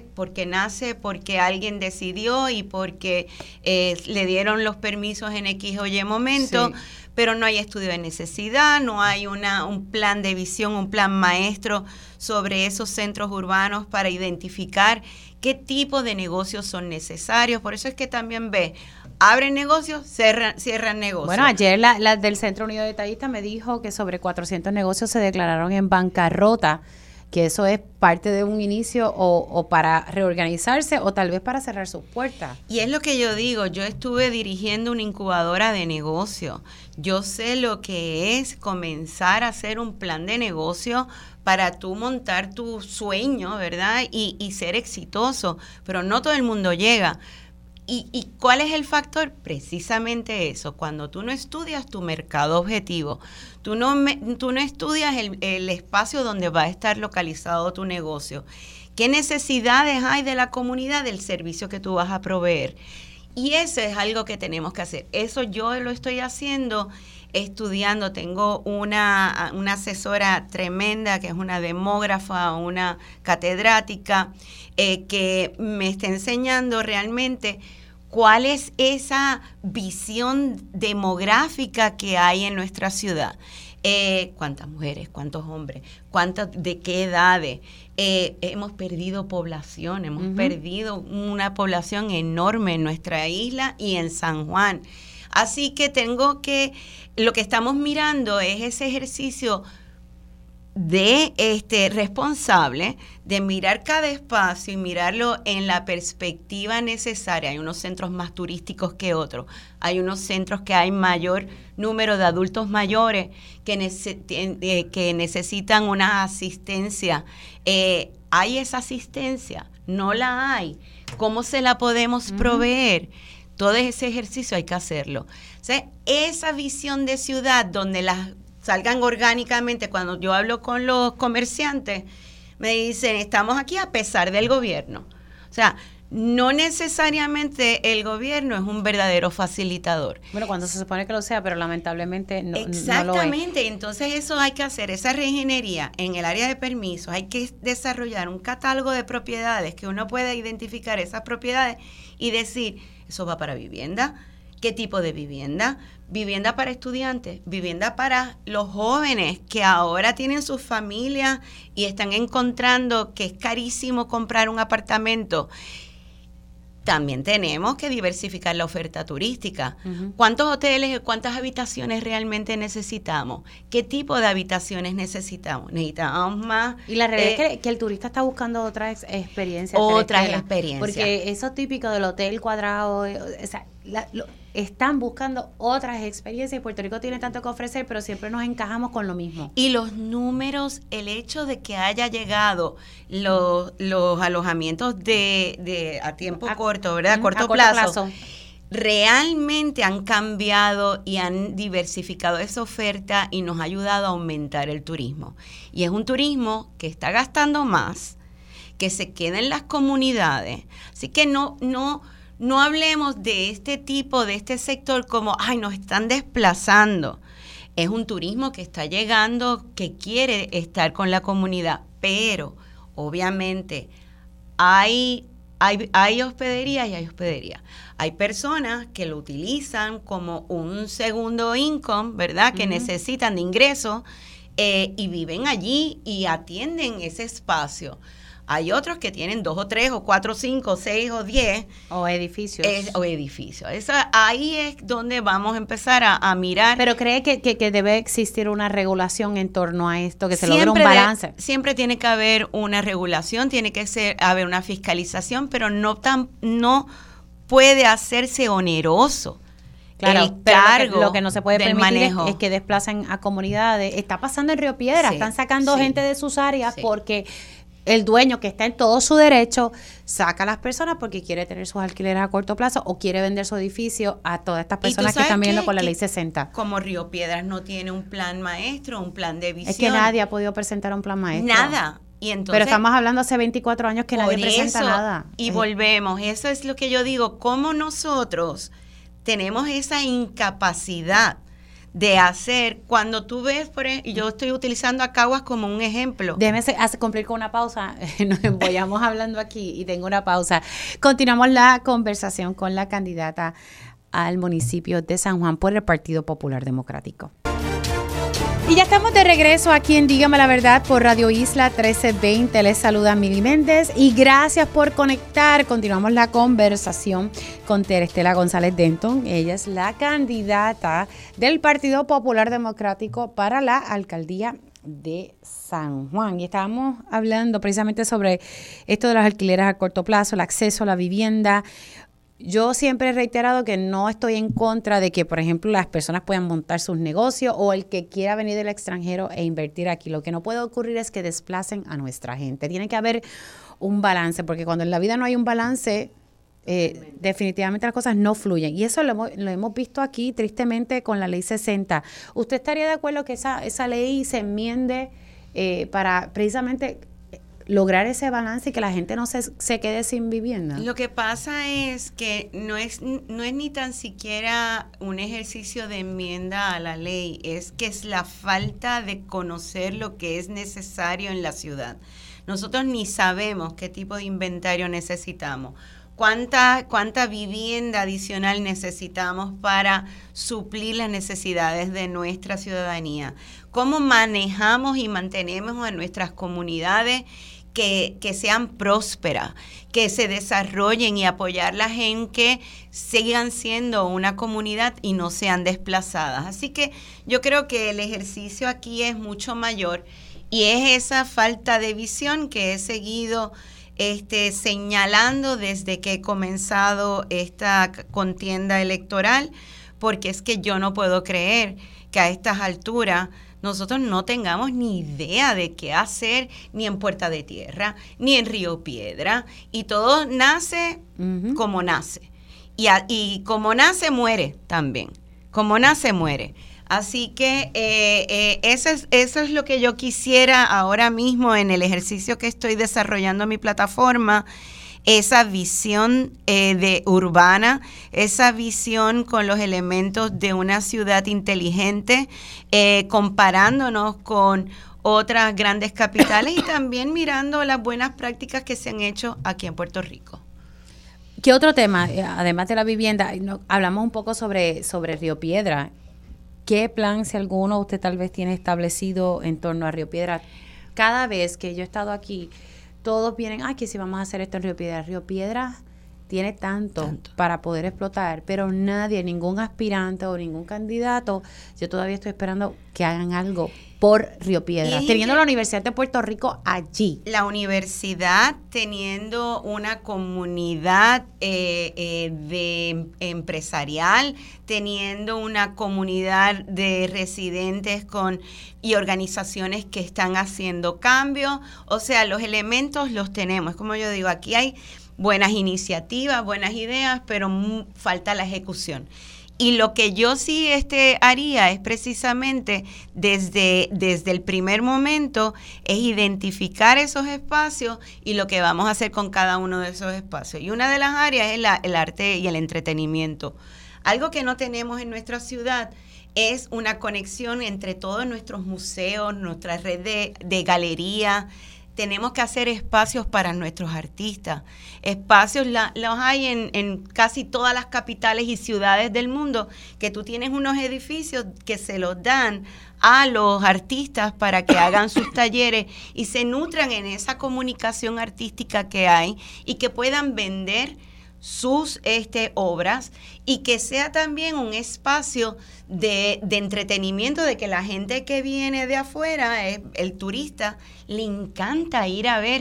porque alguien decidió y porque le dieron los permisos en X o Y momento, sí. Pero no hay estudio de necesidad, no hay un plan de visión, un plan maestro sobre esos centros urbanos para identificar qué tipo de negocios son necesarios. Por eso es que también abren negocios, cierran negocios. Bueno, ayer la del Centro Unido de Detallistas me dijo que sobre 400 negocios se declararon en bancarrota, que eso es parte de un inicio o para reorganizarse o tal vez para cerrar sus puertas. Y es lo que yo digo, yo estuve dirigiendo una incubadora de negocio. Yo sé lo que es comenzar a hacer un plan de negocio para tú montar tu sueño, ¿verdad? Y ser exitoso, pero no todo el mundo llega. ¿Y cuál es el factor? Precisamente eso, cuando tú no estudias tu mercado objetivo, tú no estudias el espacio donde va a estar localizado tu negocio, qué necesidades hay de la comunidad del servicio que tú vas a proveer. Y eso es algo que tenemos que hacer. Eso yo lo estoy haciendo estudiando. Tengo una asesora tremenda que es una demógrafa, una catedrática, que me está enseñando realmente cuál es esa visión demográfica que hay en nuestra ciudad. ¿Cuántas mujeres, cuántos hombres, de qué edades? Hemos perdido población, hemos perdido una población enorme en nuestra isla y en San Juan. Así que lo que estamos mirando es ese ejercicio de responsable de mirar cada espacio y mirarlo en la perspectiva necesaria. Hay unos centros más turísticos que otros, hay unos centros que hay mayor número de adultos mayores que necesitan una asistencia. ¿Hay esa asistencia? No la hay. ¿Cómo se la podemos proveer? Todo ese ejercicio hay que hacerlo. O sea, esa visión de ciudad donde salgan orgánicamente. Cuando yo hablo con los comerciantes, me dicen, estamos aquí a pesar del gobierno. O sea, no necesariamente el gobierno es un verdadero facilitador. Bueno, cuando se supone que lo sea, pero lamentablemente no. Exactamente, no lo es. Entonces eso hay que hacer, esa reingeniería en el área de permisos. Hay que desarrollar un catálogo de propiedades que uno pueda identificar esas propiedades y decir, eso va para vivienda. ¿Qué tipo de vivienda? Vivienda para estudiantes, vivienda para los jóvenes que ahora tienen sus familias y están encontrando que es carísimo comprar un apartamento. También tenemos que diversificar la oferta turística. ¿Cuántos hoteles, cuántas habitaciones realmente necesitamos? ¿Qué tipo de habitaciones necesitamos? Necesitamos más. Y la realidad es que el turista está buscando otras experiencias. Otras experiencias. Porque eso típico del hotel cuadrado, o sea, están buscando otras experiencias y Puerto Rico tiene tanto que ofrecer, pero siempre nos encajamos con lo mismo. Y los números, el hecho de que haya llegado los alojamientos a tiempo corto, ¿verdad? A corto plazo, realmente han cambiado y han diversificado esa oferta y nos ha ayudado a aumentar el turismo. Y es un turismo que está gastando más, que se queda en las comunidades. Así que no hablemos de este sector como, nos están desplazando. Es un turismo que está llegando, que quiere estar con la comunidad, pero obviamente hay hospedería y hay hospedería. Hay personas que lo utilizan como un segundo income, ¿verdad? Que necesitan de ingresos y viven allí y atienden ese espacio. Hay otros que tienen 2 o 3 o 4 o 5 o 6 o 10. O edificios. Ahí es donde vamos a empezar a mirar. Pero ¿cree que debe existir una regulación en torno a esto, que se logre un balance? Siempre tiene que haber una regulación, tiene que haber una fiscalización, pero no puede hacerse oneroso. Claro, pero lo que no se puede permitir es que desplacen a comunidades. Está pasando en Río Piedra, están sacando gente de sus áreas porque el dueño, que está en todo su derecho, saca a las personas porque quiere tener sus alquileres a corto plazo o quiere vender su edificio a todas estas personas que están viendo con la ley 60. Como Río Piedras no tiene un plan maestro, un plan de visión. Es que nadie ha podido presentar un plan maestro. Nada. Y entonces, pero estamos hablando hace 24 años que nadie presenta nada. Y volvemos, eso es lo que yo digo, cómo nosotros tenemos esa incapacidad de hacer, cuando tú ves, y yo estoy utilizando a Caguas como un ejemplo. Déjeme cumplir con una pausa, nos embollamos hablando aquí y tengo una pausa. Continuamos la conversación con la candidata al municipio de San Juan por el Partido Popular Democrático. Y ya estamos de regreso aquí en Dígame la Verdad por Radio Isla 1320. Les saluda Mili Méndez y gracias por conectar. Continuamos la conversación con Terestela González Denton. Ella es la candidata del Partido Popular Democrático para la alcaldía de San Juan. Y estábamos hablando precisamente sobre esto de los alquileres a corto plazo, el acceso a la vivienda. Yo siempre he reiterado que no estoy en contra de que, por ejemplo, las personas puedan montar sus negocios o el que quiera venir del extranjero e invertir aquí. Lo que no puede ocurrir es que desplacen a nuestra gente. Tiene que haber un balance, porque cuando en la vida no hay un balance, definitivamente las cosas no fluyen. Y eso lo hemos visto aquí, tristemente, con la ley 60. ¿Usted estaría de acuerdo que esa ley se enmiende para precisamente lograr ese balance y que la gente no se quede sin vivienda? Lo que pasa es que no es ni tan siquiera un ejercicio de enmienda a la ley, es que es la falta de conocer lo que es necesario en la ciudad. Nosotros ni sabemos qué tipo de inventario necesitamos, cuánta vivienda adicional necesitamos para suplir las necesidades de nuestra ciudadanía, cómo manejamos y mantenemos a nuestras comunidades que sean prósperas, que se desarrollen y apoyarlas en que sigan siendo una comunidad y no sean desplazadas. Así que yo creo que el ejercicio aquí es mucho mayor y es esa falta de visión que he seguido señalando desde que he comenzado esta contienda electoral, porque es que yo no puedo creer que a estas alturas nosotros no tengamos ni idea de qué hacer ni en Puerta de Tierra, ni en Río Piedra, y todo nace como nace. Y como nace, muere también. Como nace, muere. Así que eso es lo que yo quisiera ahora mismo en el ejercicio que estoy desarrollando en mi plataforma, esa visión de urbana, esa visión con los elementos de una ciudad inteligente, comparándonos con otras grandes capitales y también mirando las buenas prácticas que se han hecho aquí en Puerto Rico. ¿Qué otro tema, además de la vivienda? Hablamos un poco sobre Río Piedra. ¿Qué plan, si alguno, usted tal vez tiene establecido en torno a Río Piedra? Cada vez que yo he estado aquí, todos vienen, que si vamos a hacer esto en Río Piedra. Río Piedra tiene tanto para poder explotar, pero nadie, ningún aspirante o ningún candidato, yo todavía estoy esperando que hagan algo por Río Piedra, teniendo la Universidad de Puerto Rico allí. La universidad teniendo una comunidad de empresarial, teniendo una comunidad de residentes y organizaciones que están haciendo cambios. O sea, los elementos los tenemos. Es como yo digo, aquí hay buenas iniciativas, buenas ideas, pero falta la ejecución. Y lo que yo sí haría es precisamente desde el primer momento es identificar esos espacios y lo que vamos a hacer con cada uno de esos espacios. Y una de las áreas es el arte y el entretenimiento. Algo que no tenemos en nuestra ciudad es una conexión entre todos nuestros museos, nuestra red de galerías. Tenemos que hacer espacios para nuestros artistas. Espacios los hay en casi todas las capitales y ciudades del mundo, que tú tienes unos edificios que se los dan a los artistas para que hagan sus talleres y se nutran en esa comunicación artística que hay y que puedan vender sus obras y que sea también un espacio de entretenimiento, de que la gente que viene de afuera, el turista, le encanta ir a ver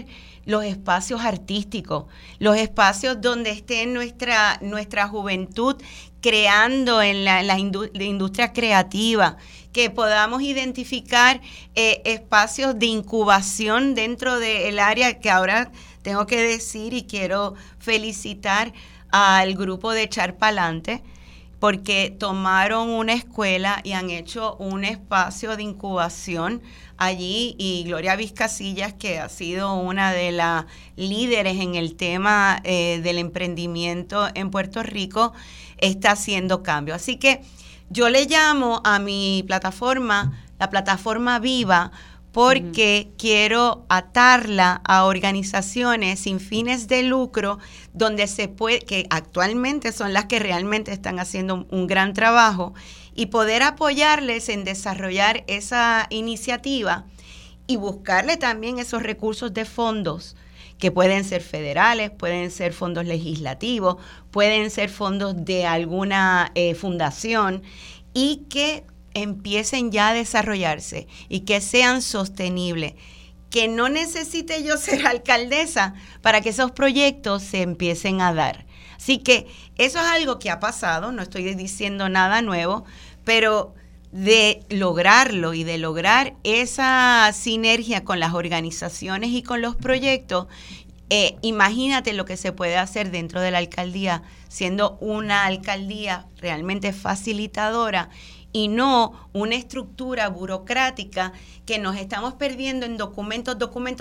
los espacios artísticos, los espacios donde esté nuestra juventud creando en la industria creativa, que podamos identificar espacios de incubación dentro del área, que ahora tengo que decir y quiero felicitar al grupo de Echar Pa'lante, porque tomaron una escuela y han hecho un espacio de incubación allí, y Gloria Vizcasillas, que ha sido una de las líderes en el tema del emprendimiento en Puerto Rico, está haciendo cambio. Así que yo le llamo a mi plataforma la plataforma viva, porque quiero atarla a organizaciones sin fines de lucro, donde se puede, que actualmente son las que realmente están haciendo un gran trabajo, y poder apoyarles en desarrollar esa iniciativa y buscarle también esos recursos de fondos, que pueden ser federales, pueden ser fondos legislativos, pueden ser fondos de alguna fundación, y que empiecen ya a desarrollarse y que sean sostenibles, que no necesite yo ser alcaldesa para que esos proyectos se empiecen a dar. Así que eso es algo que ha pasado, no estoy diciendo nada nuevo, pero de lograrlo y de lograr esa sinergia con las organizaciones y con los proyectos, imagínate lo que se puede hacer dentro de la alcaldía, siendo una alcaldía realmente facilitadora y no una estructura burocrática que nos estamos perdiendo en documentos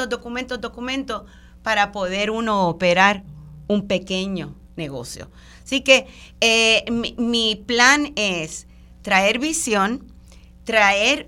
para poder uno operar un pequeño negocio. Así que mi plan es traer visión, traer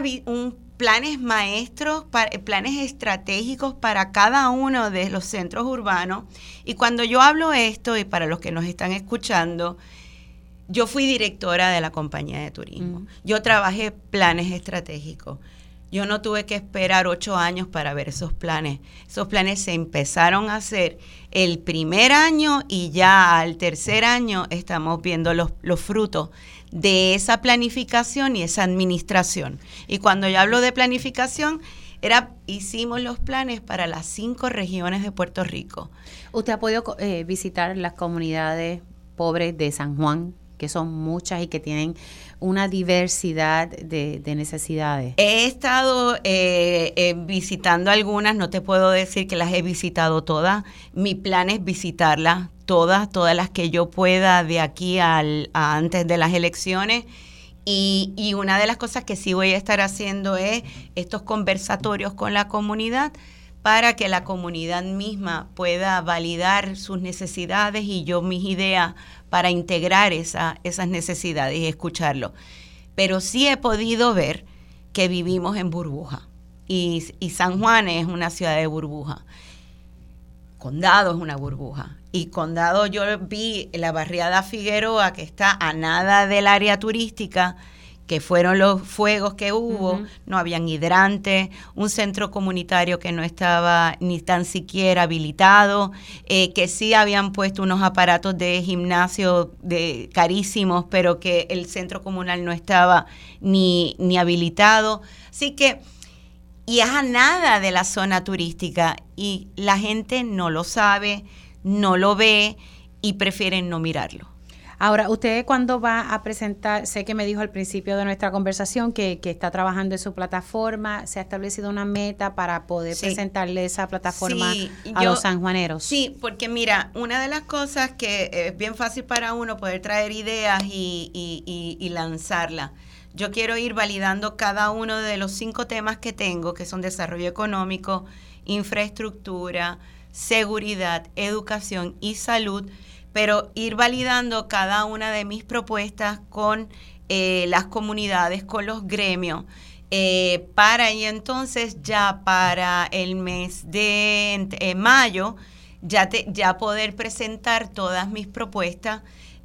planes maestros, planes estratégicos para cada uno de los centros urbanos. Y cuando yo hablo esto, y para los que nos están escuchando, yo fui directora de la compañía de turismo. Yo trabajé planes estratégicos. Yo no tuve que esperar 8 años para ver esos planes. Esos planes se empezaron a hacer el primer año, y ya al tercer año estamos viendo los frutos de esa planificación y esa administración. Y cuando yo hablo de planificación, hicimos los planes para las 5 regiones de Puerto Rico. ¿Usted ha podido visitar las comunidades pobres de San Juan, que son muchas y que tienen una diversidad de necesidades? He estado visitando algunas, no te puedo decir que las he visitado todas. Mi plan es visitarlas todas las que yo pueda de aquí a antes de las elecciones. Y una de las cosas que sí voy a estar haciendo es estos conversatorios con la comunidad, para que la comunidad misma pueda validar sus necesidades y yo mis ideas para integrar esas necesidades y escucharlo. Pero sí he podido ver que vivimos en burbuja, y San Juan es una ciudad de burbuja. Condado es una burbuja, y Condado, yo vi la barriada Figueroa, que está a nada del área turística, que fueron los fuegos que hubo, no habían hidrantes, un centro comunitario que no estaba ni tan siquiera habilitado, que sí habían puesto unos aparatos de gimnasio carísimos, pero que el centro comunal no estaba ni habilitado. Así que, y es a nada de la zona turística, y la gente no lo sabe, no lo ve y prefieren no mirarlo. Ahora, usted cuando va a presentar, sé que me dijo al principio de nuestra conversación que está trabajando en su plataforma, ¿se ha establecido una meta para poder presentarle esa plataforma a los sanjuaneros? Sí, porque mira, una de las cosas que es bien fácil para uno poder traer ideas y lanzarla. Yo quiero ir validando cada uno de los 5 temas que tengo, que son desarrollo económico, infraestructura, seguridad, educación y salud, pero ir validando cada una de mis propuestas con las comunidades, con los gremios, para y entonces ya para el mes de mayo ya poder presentar todas mis propuestas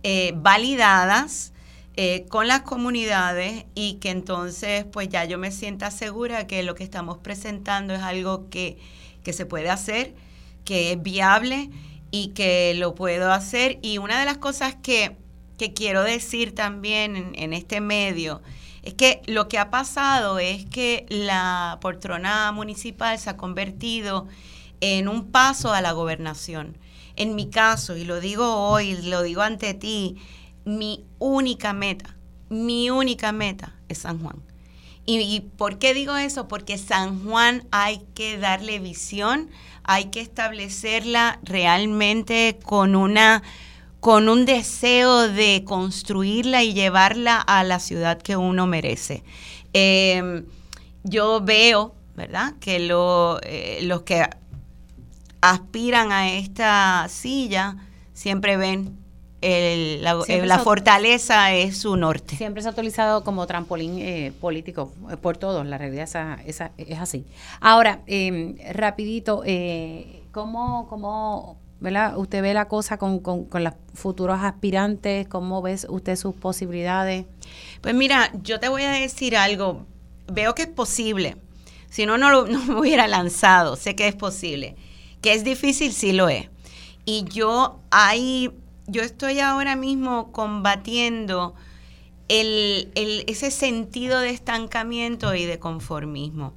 validadas con las comunidades, y que entonces pues ya yo me sienta segura que lo que estamos presentando es algo que se puede hacer, que es viable y que lo puedo hacer. Y una de las cosas que quiero decir también en este medio es que lo que ha pasado es que la poltrona municipal se ha convertido en un paso a la gobernación. En mi caso, y lo digo hoy, lo digo ante ti, mi única meta es San Juan. ¿Y por qué digo eso? Porque San Juan hay que darle visión, hay que establecerla realmente con un deseo de construirla y llevarla a la ciudad que uno merece. Yo veo, ¿verdad?, que los que aspiran a esta silla siempre ven la fortaleza es su norte. Siempre se ha utilizado como trampolín político por todos, la realidad esa es así. Ahora, rapidito, ¿cómo ¿verdad? Usted ve la cosa con los futuros aspirantes? ¿Cómo ve usted sus posibilidades? Pues mira, yo te voy a decir algo, veo que es posible, si no me hubiera lanzado, sé que es posible. Que es difícil, sí lo es. Y yo estoy ahora mismo combatiendo ese sentido de estancamiento y de conformismo.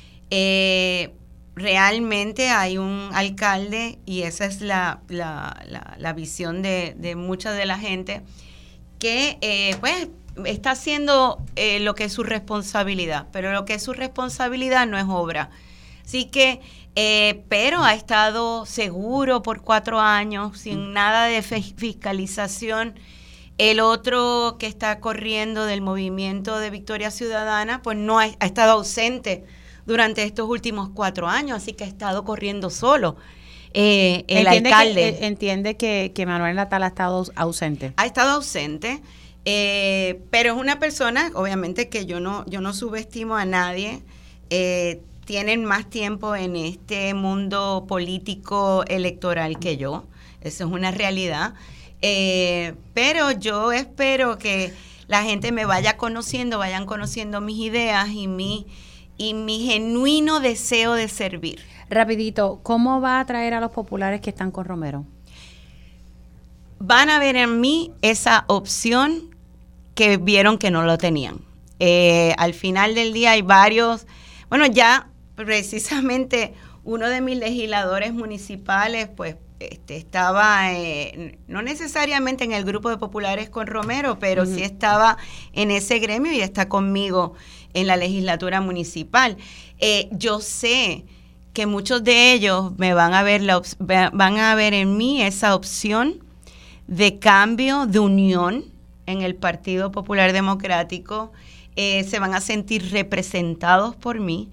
Realmente hay un alcalde, y esa es la visión de mucha de la gente, que pues está haciendo lo que es su responsabilidad, pero lo que es su responsabilidad no es obra. Así que pero ha estado seguro por 4 años, sin nada de fiscalización. El otro que está corriendo del movimiento de Victoria Ciudadana, pues no ha estado ausente durante estos últimos 4 años, así que ha estado corriendo solo. El alcalde. Entiende que Manuel Natal ha estado ausente. Ha estado ausente, pero es una persona, obviamente, que yo no subestimo a nadie. Tienen más tiempo en este mundo político electoral que yo, eso es una realidad, pero yo espero que la gente me vayan conociendo mis ideas y mi genuino deseo de servir. Rapidito, ¿cómo va a atraer a los populares que están con Romero? Van a ver en mí esa opción que vieron que no lo tenían. Al final del día hay varios, ya precisamente uno de mis legisladores municipales, pues estaba, no necesariamente en el grupo de populares con Romero, pero sí estaba en ese gremio y está conmigo en la legislatura municipal. Yo sé que muchos de ellos me van a ver en mí esa opción de cambio, de unión en el Partido Popular Democrático. Se van a sentir representados por mí.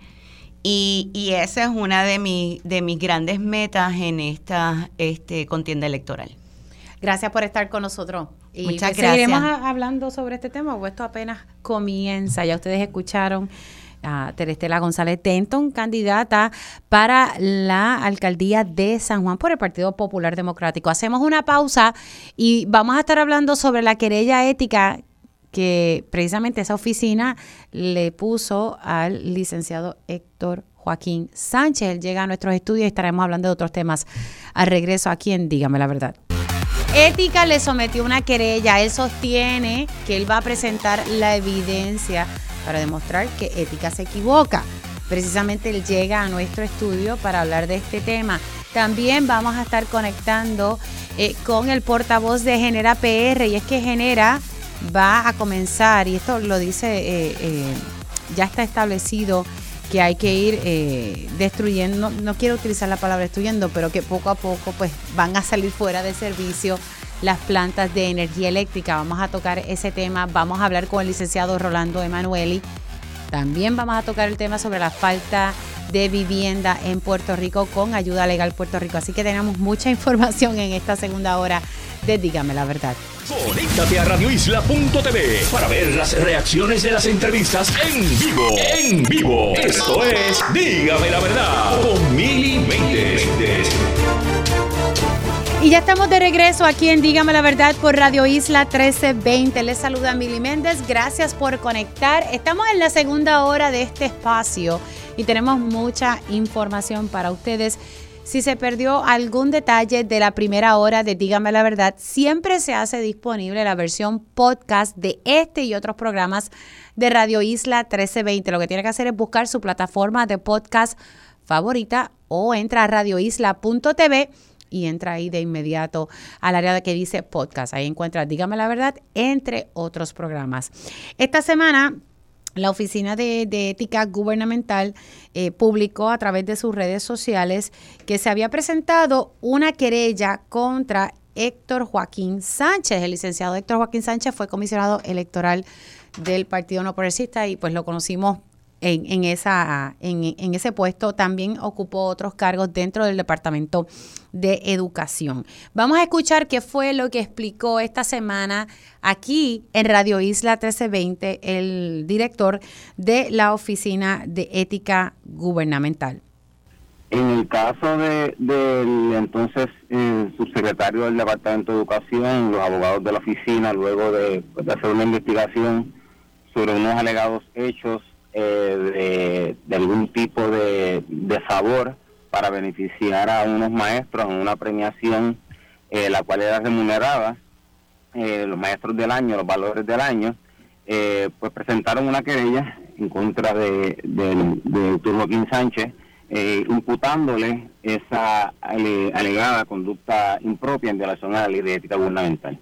Y esa es una de mis grandes metas en esta contienda electoral. Gracias por estar con nosotros. Y muchas gracias. Seguiremos hablando sobre este tema, porque esto apenas comienza. Ya ustedes escucharon a Terestela González Denton, candidata para la alcaldía de San Juan por el Partido Popular Democrático. Hacemos una pausa y vamos a estar hablando sobre la querella ética que precisamente esa oficina le puso al licenciado Héctor Joaquín Sánchez. Él llega a nuestros estudios y estaremos hablando de otros temas al regreso aquí en Dígame la Verdad. Ética le sometió una querella. Él sostiene que él va a presentar la evidencia para demostrar que Ética se equivoca. Precisamente él llega a nuestro estudio para hablar de este tema. También vamos a estar conectando con el portavoz de Genera PR, y es que Genera va a comenzar, y esto lo dice, ya está establecido que hay que ir destruyendo, no quiero utilizar la palabra destruyendo, pero que poco a poco pues van a salir fuera de servicio las plantas de energía eléctrica. Vamos a tocar ese tema, vamos a hablar con el licenciado Rolando Emanueli. También vamos a tocar el tema sobre la falta de vivienda en Puerto Rico con Ayuda Legal Puerto Rico. Así que tenemos mucha información en esta segunda hora de Dígame la Verdad. Conéctate a radioisla.tv para ver las reacciones de las entrevistas en vivo. En vivo. Esto es Dígame la Verdad con Mili Méndez. Y ya estamos de regreso aquí en Dígame la Verdad por Radio Isla 1320. Les saluda Mili Méndez. Gracias por conectar. Estamos en la segunda hora de este espacio y tenemos mucha información para ustedes. Si se perdió algún detalle de la primera hora de Dígame la Verdad, siempre se hace disponible la versión podcast de este y otros programas de Radio Isla 1320. Lo que tiene que hacer es buscar su plataforma de podcast favorita o entra a radioisla.tv y entra ahí de inmediato al área que dice podcast. Ahí encuentras Dígame la Verdad, entre otros programas. Esta semana, la Oficina de Ética Gubernamental publicó a través de sus redes sociales que se había presentado una querella contra Héctor Joaquín Sánchez. El licenciado Héctor Joaquín Sánchez fue comisionado electoral del Partido No Progresista y pues lo conocimos en ese puesto. También ocupó otros cargos dentro del Departamento de Educación. Vamos a escuchar qué fue lo que explicó esta semana aquí en Radio Isla 1320 el director de la Oficina de Ética Gubernamental. En el caso del entonces subsecretario del Departamento de Educación, los abogados de la oficina, luego de hacer una investigación sobre unos alegados hechos de algún tipo de favor para beneficiar a unos maestros en una premiación, la cual era remunerada, los maestros del año, los valores del año, pues presentaron una querella en contra de Héctor Joaquín Sánchez, imputándole esa alegada conducta impropia en violación a la ley de ética gubernamental.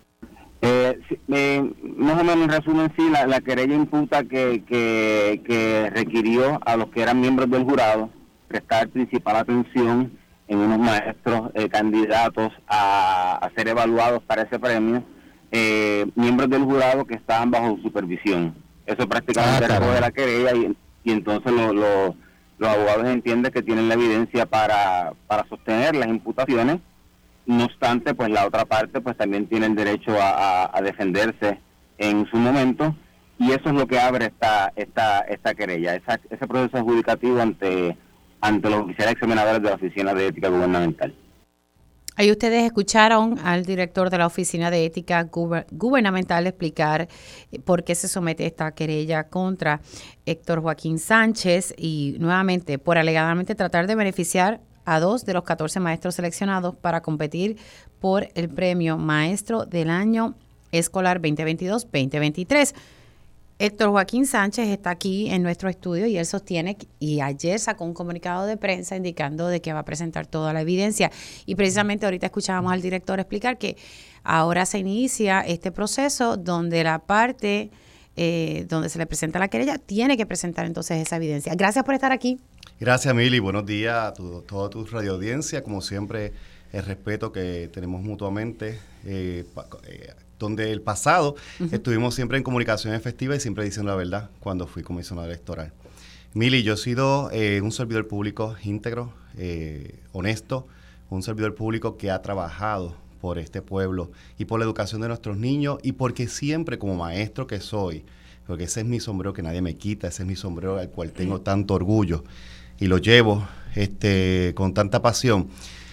Más o menos en resumen, sí, la querella imputa que requirió a los que eran miembros del jurado prestar principal atención en unos maestros candidatos a ser evaluados para ese premio, miembros del jurado que estaban bajo supervisión. Eso prácticamente era de la querella y entonces los abogados entienden que tienen la evidencia para sostener las imputaciones. No obstante, pues la otra parte pues también tiene el derecho a defenderse en su momento, y eso es lo que abre esta querella, ese proceso adjudicativo ante los oficiales examinadores de la Oficina de Ética Gubernamental. Ahí ustedes escucharon al director de la Oficina de Ética Gubernamental explicar por qué se somete esta querella contra Héctor Joaquín Sánchez y nuevamente por alegadamente tratar de beneficiar a 2 de los 14 maestros seleccionados para competir por el premio Maestro del Año Escolar 2022-2023. Héctor Joaquín Sánchez está aquí en nuestro estudio y él sostiene, y ayer sacó un comunicado de prensa indicando de que va a presentar toda la evidencia. Y precisamente ahorita escuchábamos al director explicar que ahora se inicia este proceso donde la parte donde se le presenta la querella tiene que presentar entonces esa evidencia. Gracias por estar aquí. Gracias, Mili. Buenos días a toda tu radioaudiencia. Como siempre, el respeto que tenemos mutuamente, donde el pasado estuvimos siempre en comunicación efectiva y siempre diciendo la verdad cuando fui comisionado electoral. Mili, yo he sido un servidor público íntegro, honesto, un servidor público que ha trabajado por este pueblo y por la educación de nuestros niños, y porque siempre como maestro que soy, porque ese es mi sombrero que nadie me quita, ese es mi sombrero al cual tengo tanto orgullo y lo llevo con tanta pasión.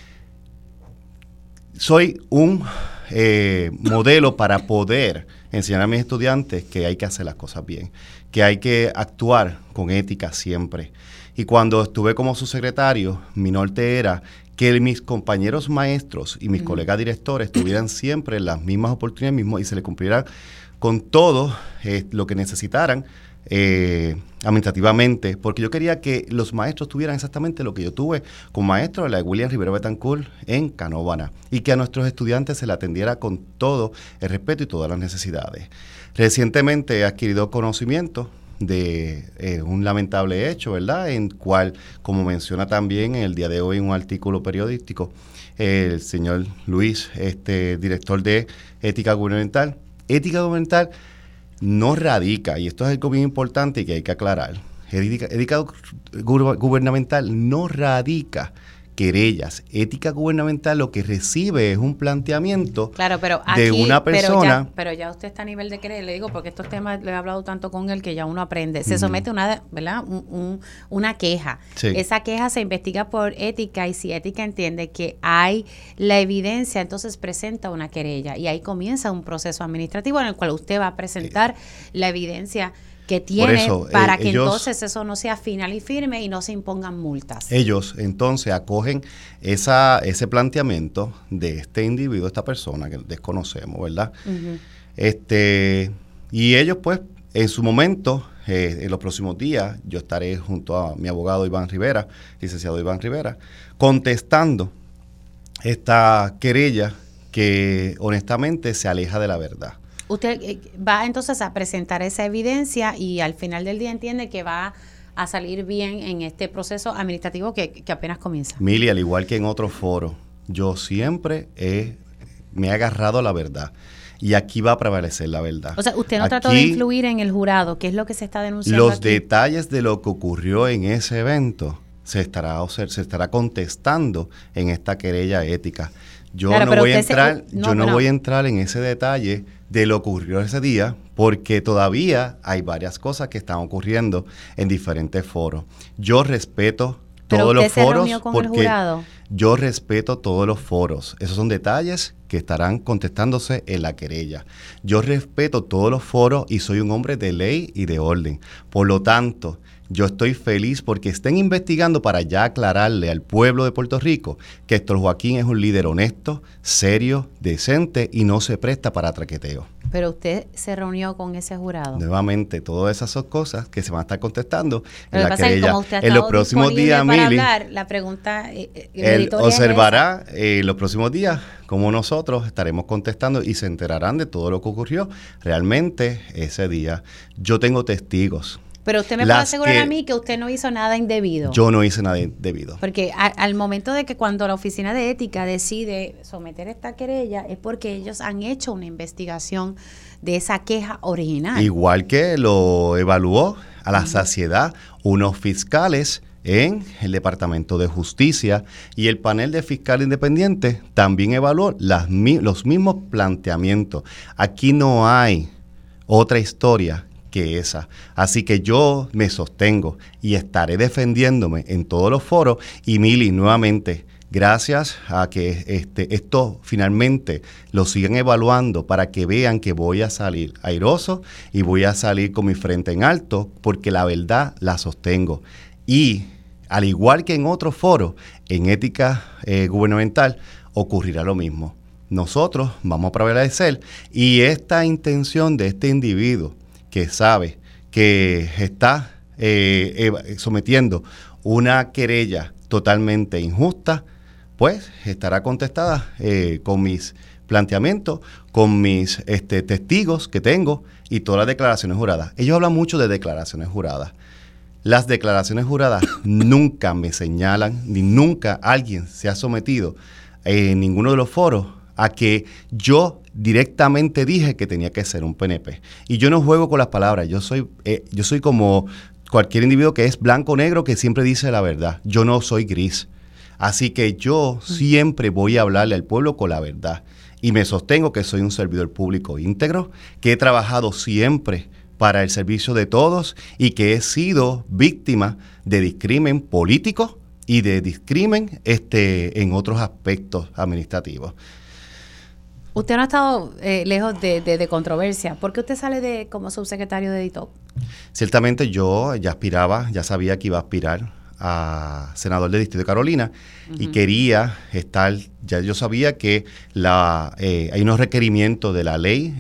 Soy un modelo para poder enseñar a mis estudiantes que hay que hacer las cosas bien, que hay que actuar con ética siempre. Y cuando estuve como subsecretario, mi norte era que mis compañeros maestros y mis colegas directores tuvieran siempre las mismas oportunidades y se les cumpliera con todo lo que necesitaran administrativamente, porque yo quería que los maestros tuvieran exactamente lo que yo tuve como maestro de la William Rivera Betancourt en Canóvana, y que a nuestros estudiantes se le atendiera con todo el respeto y todas las necesidades. Recientemente he adquirido conocimiento de un lamentable hecho, ¿verdad?, en cual, como menciona también en el día de hoy en un artículo periodístico, el señor Luis, director de Ética Gubernamental. Ética Gubernamental no radica, y esto es algo bien importante y que hay que aclarar, ética gubernamental no radica querellas. Ética gubernamental lo que recibe es un planteamiento de una persona. Pero ya usted está a nivel de querer, le digo, porque estos temas le he hablado tanto con él que ya uno aprende. Se somete una queja. Sí. Esa queja se investiga por ética, y si ética entiende que hay la evidencia, entonces presenta una querella y ahí comienza un proceso administrativo en el cual usted va a presentar la evidencia que tiene para que entonces eso no sea final y firme y no se impongan multas. Ellos entonces acogen ese planteamiento de este individuo, esta persona que desconocemos, ¿verdad? Y ellos pues en su momento en los próximos días, yo estaré junto a mi abogado Iván Rivera, licenciado Iván Rivera, contestando esta querella que honestamente se aleja de la verdad. Usted va entonces a presentar esa evidencia y al final del día entiende que va a salir bien en este proceso administrativo que apenas comienza. Mili, al igual que en otros foros, yo siempre me he agarrado a la verdad. Y aquí va a prevalecer la verdad. O sea, usted no trató de influir en el jurado, ¿qué es lo que se está denunciando los aquí? Detalles de lo que ocurrió en ese evento se estará contestando en esta querella ética. Yo no voy a entrar en ese detalle de lo que ocurrió ese día, porque todavía hay varias cosas que están ocurriendo en diferentes foros. Yo respeto todos los foros porque yo respeto todos los foros. Esos son detalles que estarán contestándose en la querella. Yo respeto todos los foros y soy un hombre de ley y de orden. Por lo tanto, yo estoy feliz porque estén investigando para ya aclararle al pueblo de Puerto Rico que Héctor Joaquín es un líder honesto, serio, decente y no se presta para traqueteo. Pero usted se reunió con ese jurado. Nuevamente, todas esas son cosas que se van a estar contestando en la querella. En los próximos días, Mili, la pregunta, él observará en los próximos días cómo nosotros estaremos contestando y se enterarán de todo lo que ocurrió realmente ese día. Yo tengo testigos. Pero usted me puede asegurar a mí que usted no hizo nada indebido. Yo no hice nada indebido. Porque al momento de que cuando la Oficina de Ética decide someter esta querella es porque ellos han hecho una investigación de esa queja original. Igual que lo evaluó a la saciedad unos fiscales en el Departamento de Justicia y el panel de fiscal independiente también evaluó los mismos planteamientos. Aquí no hay otra historia que esa. Así que yo me sostengo y estaré defendiéndome en todos los foros. Y Mili, nuevamente, gracias a que esto finalmente lo sigan evaluando para que vean que voy a salir airoso y voy a salir con mi frente en alto porque la verdad la sostengo. Y al igual que en otros foros, en ética gubernamental ocurrirá lo mismo. Nosotros vamos a prevalecer y esta intención de este individuo que sabe que está sometiendo una querella totalmente injusta, pues estará contestada con mis planteamientos, con mis testigos que tengo y todas las declaraciones juradas. Ellos hablan mucho de declaraciones juradas. Las declaraciones juradas nunca me señalan, ni nunca alguien se ha sometido en ninguno de los foros a que yo directamente dije que tenía que ser un PNP. Y yo no juego con las palabras, yo soy como cualquier individuo que es blanco o negro que siempre dice la verdad. Yo no soy gris. Así que yo siempre voy a hablarle al pueblo con la verdad. Y me sostengo que soy un servidor público íntegro, que he trabajado siempre para el servicio de todos y que he sido víctima de discrimen político y de discrimen en otros aspectos administrativos. Usted no ha estado lejos de controversia. ¿Por qué usted sale como subsecretario de DITOP? Ciertamente yo ya sabía que iba a aspirar a senador del Distrito de Carolina y quería estar, ya yo sabía que hay unos requerimientos de la ley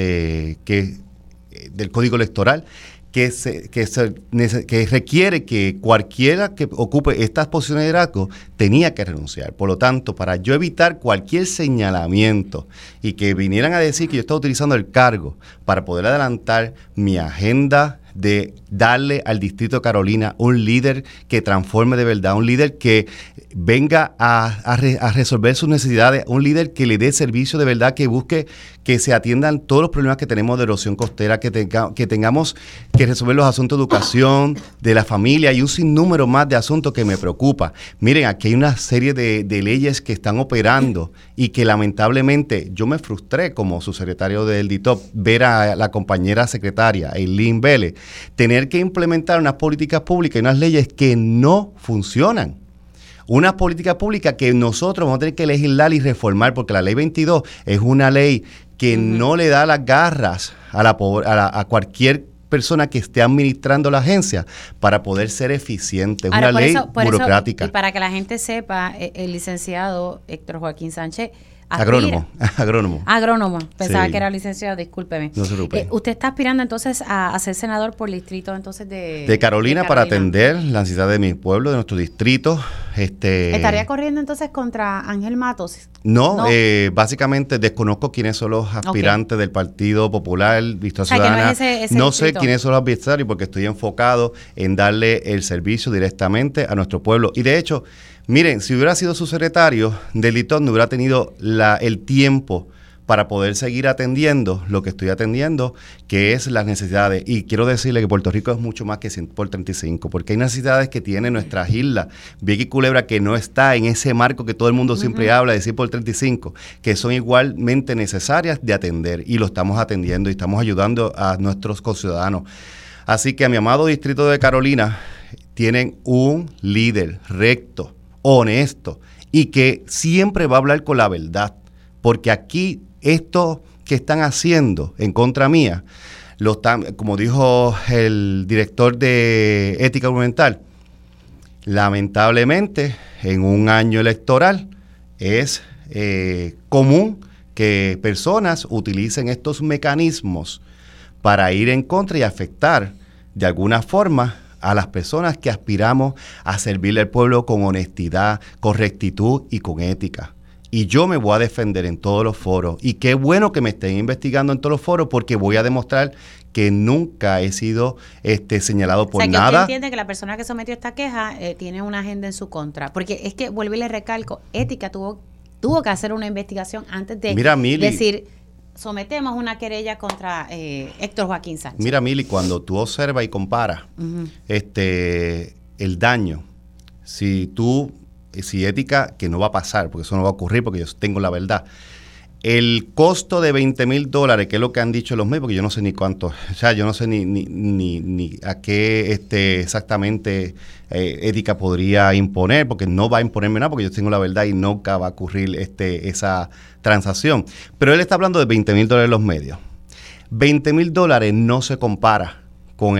del Código Electoral que requiere que cualquiera que ocupe estas posiciones de liderazgo tenía que renunciar. Por lo tanto, para yo evitar cualquier señalamiento y que vinieran a decir que yo estaba utilizando el cargo para poder adelantar mi agenda de darle al Distrito de Carolina un líder que transforme de verdad, un líder que venga a resolver sus necesidades, un líder que le dé servicio de verdad, que busque que se atiendan todos los problemas que tenemos de erosión costera, que tengamos que resolver los asuntos de educación, de la familia y un sinnúmero más de asuntos que me preocupa. Miren, aquí hay una serie de leyes que están operando y que lamentablemente yo me frustré como subsecretario del DITOP ver a la compañera secretaria, Eileen Vélez, tener que implementar unas políticas públicas y unas leyes que no funcionan. Una política pública que nosotros vamos a tener que legislar y reformar, porque la ley 22 es una ley que no le da las garras a cualquier persona que esté administrando la agencia para poder ser eficiente. Es una ley burocrática. Y para que la gente sepa, el licenciado Héctor Joaquín Sánchez Agrónomo. Pensaba Sí. que era licenciado, discúlpeme. No se preocupe. Usted está aspirando entonces a ser senador por el distrito entonces De Carolina para atender la necesidad de mi pueblo, de nuestro distrito. ¿Estaría corriendo entonces contra Ángel Matos? No, básicamente desconozco quiénes son los aspirantes del Partido Popular, Victoria Ciudadana. No sé quiénes son los adversarios porque estoy enfocado en darle el servicio directamente a nuestro pueblo. Y de hecho, miren, si hubiera sido su secretario del ITON, no hubiera tenido el tiempo para poder seguir atendiendo lo que estoy atendiendo, que es las necesidades. Y quiero decirle que Puerto Rico es mucho más que 100 por 35, porque hay necesidades que tienen nuestras islas, Vieques y Culebra, que no está en ese marco que todo el mundo siempre habla de 100 por 35, que son igualmente necesarias de atender, y lo estamos atendiendo y estamos ayudando a nuestros conciudadanos. Así que a mi amado distrito de Carolina, tienen un líder recto, honesto, y que siempre va a hablar con la verdad, porque aquí esto que están haciendo en contra mía, como dijo el director de Ética Gubernamental, lamentablemente en un año electoral es común que personas utilicen estos mecanismos para ir en contra y afectar de alguna forma a las personas que aspiramos a servirle al pueblo con honestidad, con rectitud y con ética. Y yo me voy a defender en todos los foros. Y qué bueno que me estén investigando en todos los foros, porque voy a demostrar que nunca he sido señalado por nada. Usted entiende que la persona que sometió esta queja tiene una agenda en su contra. Porque es que, vuelvo y le recalco, Ética tuvo que hacer una investigación antes de decir, sometemos una querella contra Héctor Joaquín Sánchez. Mira, Mili, cuando tú observas y comparas el daño, si Ética, que no va a pasar, porque eso no va a ocurrir, porque yo tengo la verdad, el costo de $20,000, que es lo que han dicho los medios, porque yo no sé ni cuánto, o sea, yo no sé ni a qué exactamente Ética podría imponer, porque no va a imponerme nada, porque yo tengo la verdad y nunca va a ocurrir esa transacción. Pero él está hablando de $20,000 en los medios. $20,000 no se compara con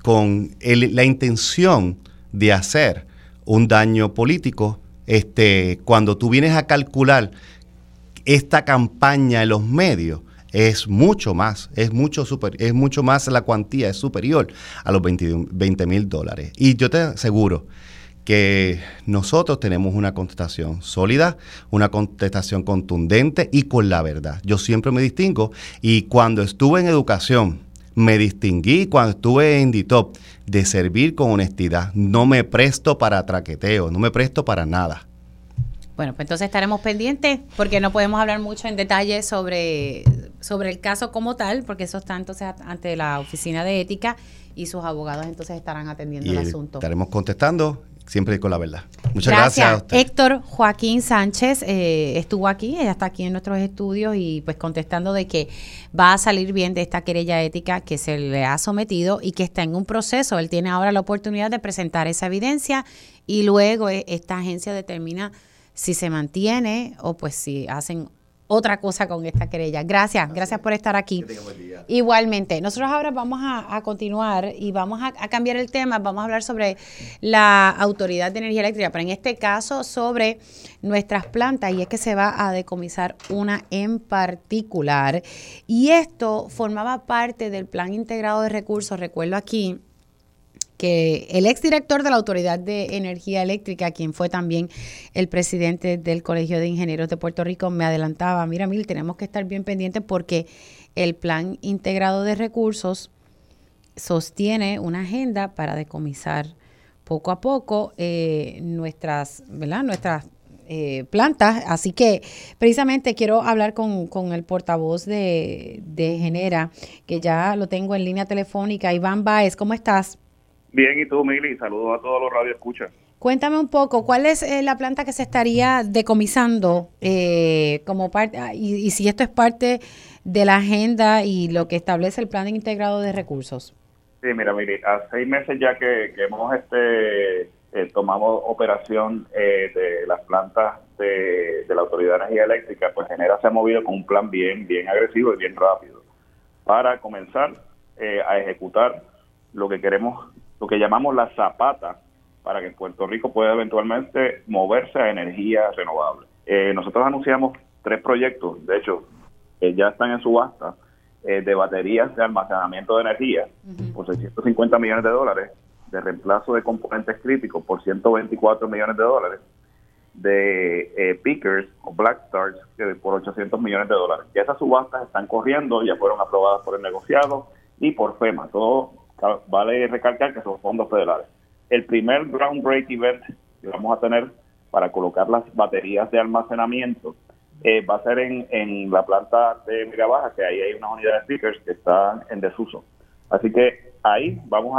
la intención de hacer un daño político, cuando tú vienes a calcular esta campaña en los medios, es mucho más, es mucho más la cuantía, es superior a los $20,000. Y yo te aseguro que nosotros tenemos una contestación sólida, una contestación contundente y con la verdad. Yo siempre me distingo, y cuando estuve en educación, me distinguí cuando estuve en DITOP de servir con honestidad. No me presto para traqueteo, no me presto para nada. Bueno, pues entonces estaremos pendientes, porque no podemos hablar mucho en detalle sobre el caso como tal, porque eso está entonces ante la Oficina de Ética y sus abogados entonces estarán atendiendo el asunto. Estaremos contestando siempre con la verdad. Muchas gracias a usted. Héctor Joaquín Sánchez estuvo aquí, ella está aquí en nuestros estudios y pues contestando de que va a salir bien de esta querella ética que se le ha sometido y que está en un proceso. Él tiene ahora la oportunidad de presentar esa evidencia y luego esta agencia determina si se mantiene o pues si hacen otra cosa con esta querella. Gracias por estar aquí. Igualmente. Nosotros ahora vamos a continuar y vamos a cambiar el tema. Vamos a hablar sobre la Autoridad de Energía Eléctrica, pero en este caso sobre nuestras plantas, y es que se va a decomisar una en particular. Y esto formaba parte del Plan Integrado de Recursos. Recuerdo aquí que el exdirector de la Autoridad de Energía Eléctrica, quien fue también el presidente del Colegio de Ingenieros de Puerto Rico, me adelantaba, mira, Mil, tenemos que estar bien pendientes porque el Plan Integrado de Recursos sostiene una agenda para decomisar poco a poco nuestras plantas. Así que precisamente quiero hablar con el portavoz de Genera, que ya lo tengo en línea telefónica. Iván Báez, ¿cómo estás? Bien, ¿y tú, Mili? Saludos a todos los radioescuchas. Cuéntame un poco, ¿cuál es la planta que se estaría decomisando como parte, y si esto es parte de la agenda y lo que establece el Plan Integrado de Recursos? Sí, mira, Mili, hace 6 meses ya que hemos tomado operación de las plantas de la Autoridad de Energía Eléctrica, pues Genera se ha movido con un plan bien agresivo y bien rápido para comenzar a ejecutar lo que llamamos la zapata, para que Puerto Rico pueda eventualmente moverse a energía renovable. Nosotros anunciamos 3 proyectos, de hecho, ya están en subasta, de baterías de almacenamiento de energía por $650 millones, de reemplazo de componentes críticos por $124 millones, de Pickers o Black Stars por $800 millones. Ya esas subastas están corriendo, ya fueron aprobadas por el negociado y por FEMA. Todo vale recalcar que son fondos federales. El primer groundbreak event que vamos a tener para colocar las baterías de almacenamiento va a ser en la planta de Vega Baja, que ahí hay una unidad de Pickers que están en desuso. Así que ahí vamos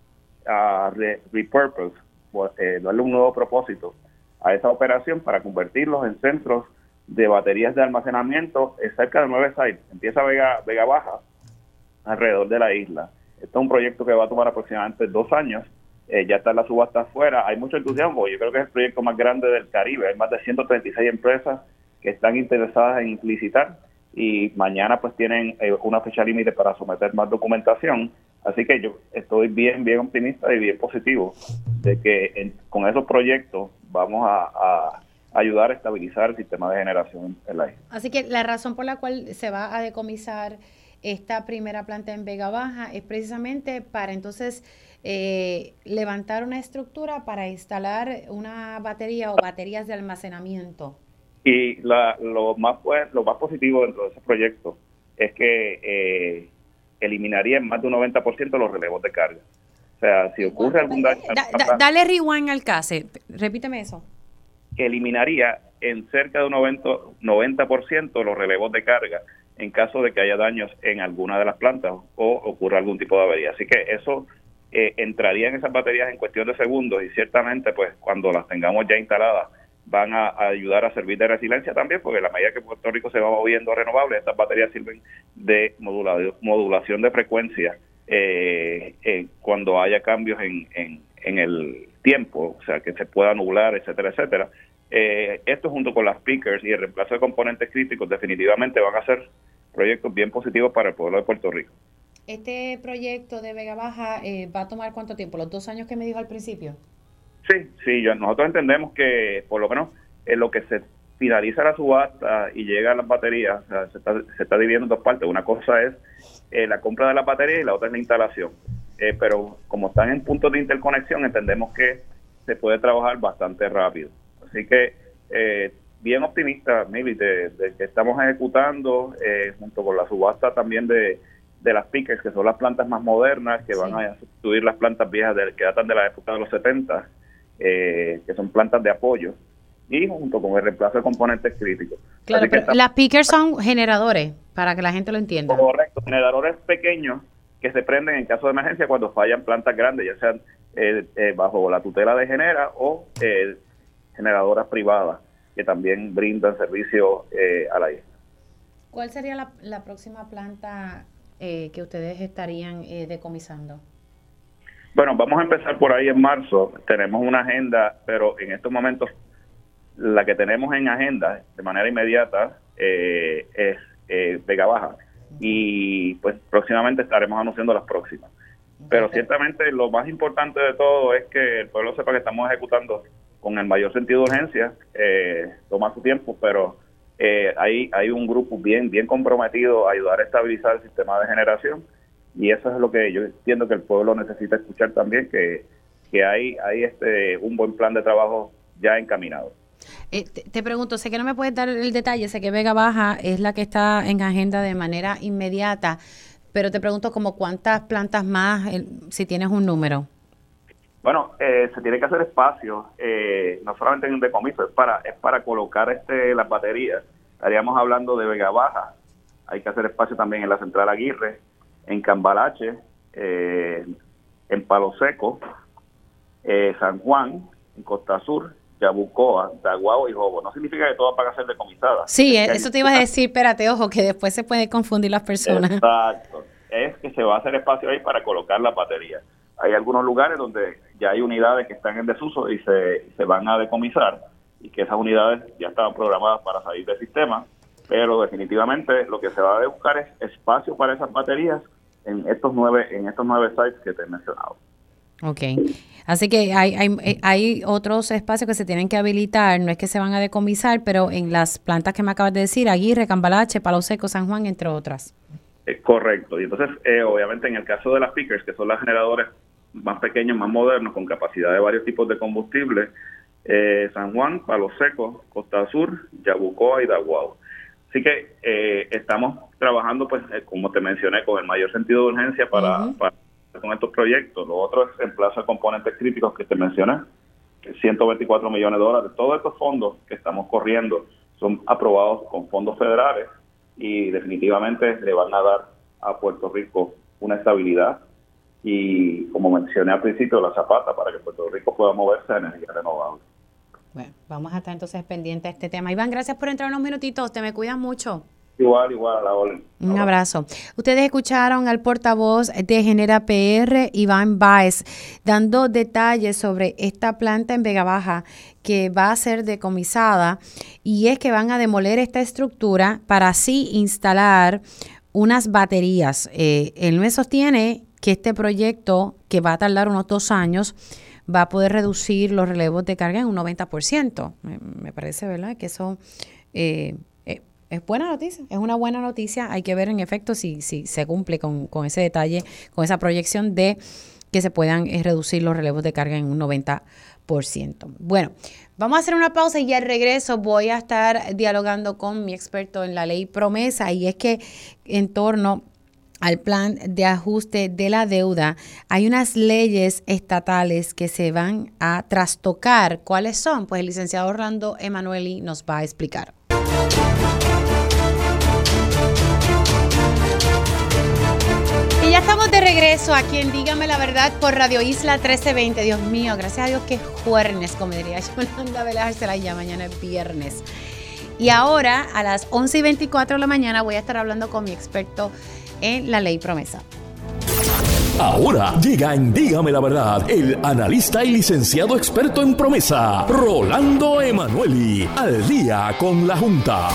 a repurpose, darle un nuevo propósito a esa operación para convertirlos en centros de baterías de almacenamiento cerca de 9 sites. Empieza Vega Baja, alrededor de la isla. Esto es un proyecto que va a tomar aproximadamente 2 años. Ya está la subasta afuera. Hay mucho entusiasmo. Yo creo que es el proyecto más grande del Caribe. Hay más de 136 empresas que están interesadas en licitar y mañana pues tienen una fecha límite para someter más documentación. Así que yo estoy bien optimista y bien positivo de que con esos proyectos vamos a ayudar a estabilizar el sistema de generación en la isla. Así que la razón por la cual se va a decomisar esta primera planta en Vega Baja es precisamente para entonces levantar una estructura para instalar una batería o baterías de almacenamiento. Y lo más positivo dentro de ese proyecto es que eliminaría en más de un 90% los relevos de carga. O sea, si ocurre algún daño... Dale rewind al case, repíteme eso. Eliminaría en cerca de un 90% los relevos de carga en caso de que haya daños en alguna de las plantas o ocurra algún tipo de avería. Así que eso entraría en esas baterías en cuestión de segundos y ciertamente pues cuando las tengamos ya instaladas van a ayudar a servir de resiliencia también, porque a la medida que Puerto Rico se va moviendo a renovables, estas baterías sirven de modulación de frecuencia cuando haya cambios en el tiempo, o sea, que se pueda nublar, etcétera, etcétera. Esto junto con las Pickers y el reemplazo de componentes críticos definitivamente van a ser proyectos bien positivos para el pueblo de Puerto Rico. ¿Este proyecto de Vega Baja va a tomar cuánto tiempo? ¿Los 2 años que me dijo al principio? Sí, nosotros entendemos que por lo menos en lo que se finaliza la subasta y llega a las baterías, o sea, se está dividiendo en 2 partes. Una cosa es la compra de las baterías y la otra es la instalación. Pero como están en puntos de interconexión, entendemos que se puede trabajar bastante rápido. Así que bien optimista, Mili, de que estamos ejecutando junto con la subasta también de las Pickers, que son las plantas más modernas, que van a sustituir las plantas viejas que datan de la época de los 70, que son plantas de apoyo, y junto con el reemplazo de componentes críticos. Claro, pero las Pickers son generadores, para que la gente lo entienda. Correcto, generadores pequeños que se prenden en caso de emergencia cuando fallan plantas grandes, ya sean bajo la tutela de Genera o generadoras privadas que también brindan servicio a la isla. ¿Cuál sería la próxima planta que ustedes estarían decomisando? Bueno, vamos a empezar por ahí en marzo. Tenemos una agenda, pero en estos momentos la que tenemos en agenda de manera inmediata es Vega Baja. Y pues próximamente estaremos anunciando las próximas. Pero ciertamente lo más importante de todo es que el pueblo sepa que estamos ejecutando con el mayor sentido de urgencia. Toma su tiempo, pero hay un grupo bien comprometido a ayudar a estabilizar el sistema de generación, y eso es lo que yo entiendo que el pueblo necesita escuchar también, que hay un buen plan de trabajo ya encaminado. Te pregunto, sé que no me puedes dar el detalle, sé que Vega Baja es la que está en agenda de manera inmediata, pero te pregunto como cuántas plantas más, si tienes un número. Bueno, se tiene que hacer espacio, no solamente en un decomiso, es para colocar las baterías. Estaríamos hablando de Vega Baja, hay que hacer espacio también en la Central Aguirre, en Cambalache, en Palo Seco, San Juan, en Costa Sur, Yabucoa, Daguao y Jobo. No significa que todo va a ser decomisada. Sí, eso te iba a decir, espérate, ojo, que después se puede confundir las personas. Exacto, es que se va a hacer espacio ahí para colocar las baterías. Hay algunos lugares donde ya hay unidades que están en desuso y se van a decomisar, y que esas unidades ya estaban programadas para salir del sistema, pero definitivamente lo que se va a buscar es espacio para esas baterías en estos nueve sites que te he mencionado. Ok. Así que hay otros espacios que se tienen que habilitar, no es que se van a decomisar, pero en las plantas que me acabas de decir, Aguirre, Cambalache, Palo Seco, San Juan, entre otras. Correcto. Y entonces, obviamente, en el caso de las pickers, que son los generadores más pequeños, más modernos, con capacidad de varios tipos de combustible, San Juan, Palo Seco, Costa Sur, Yabucoa y Daguao. Así que estamos trabajando, pues, como te mencioné, con el mayor sentido de urgencia para con estos proyectos. Lo otro es en plazo de componentes críticos que te mencioné, $124 millones. Todos estos fondos que estamos corriendo son aprobados con fondos federales y definitivamente le van a dar a Puerto Rico una estabilidad y, como mencioné al principio, la zapata para que Puerto Rico pueda moverse a energía renovable. Bueno, vamos a estar entonces pendientes de este tema. Iván, gracias por entrar unos minutitos, te me cuidas mucho. Igual, a la orden. Un abrazo. Ustedes escucharon al portavoz de Genera PR, Iván Báez, dando detalles sobre esta planta en Vega Baja que va a ser decomisada, y es que van a demoler esta estructura para así instalar unas baterías. Él me sostiene que este proyecto, que va a tardar unos 2 años, va a poder reducir los relevos de carga en un 90%. Me parece, ¿verdad?, que eso es buena noticia, es una buena noticia. Hay que ver en efecto si se cumple con ese detalle, con esa proyección de que se puedan reducir los relevos de carga en un 90%. Bueno, vamos a hacer una pausa y al regreso voy a estar dialogando con mi experto en la ley promesa, y es que en torno al plan de ajuste de la deuda hay unas leyes estatales que se van a trastocar. ¿Cuáles son? Pues el licenciado Orlando Emanueli nos va a explicar. Y ya estamos de regreso aquí en Dígame la Verdad por Radio Isla 1320. Dios mío, gracias a Dios que es jueves, como diría Yolanda Velársela, ya mañana es viernes. Y ahora a las 11:24 de la mañana voy a estar hablando con mi experto en la ley promesa. Ahora llega en Dígame la Verdad el analista y licenciado experto en promesa, Rolando Emanueli, al día con la Junta.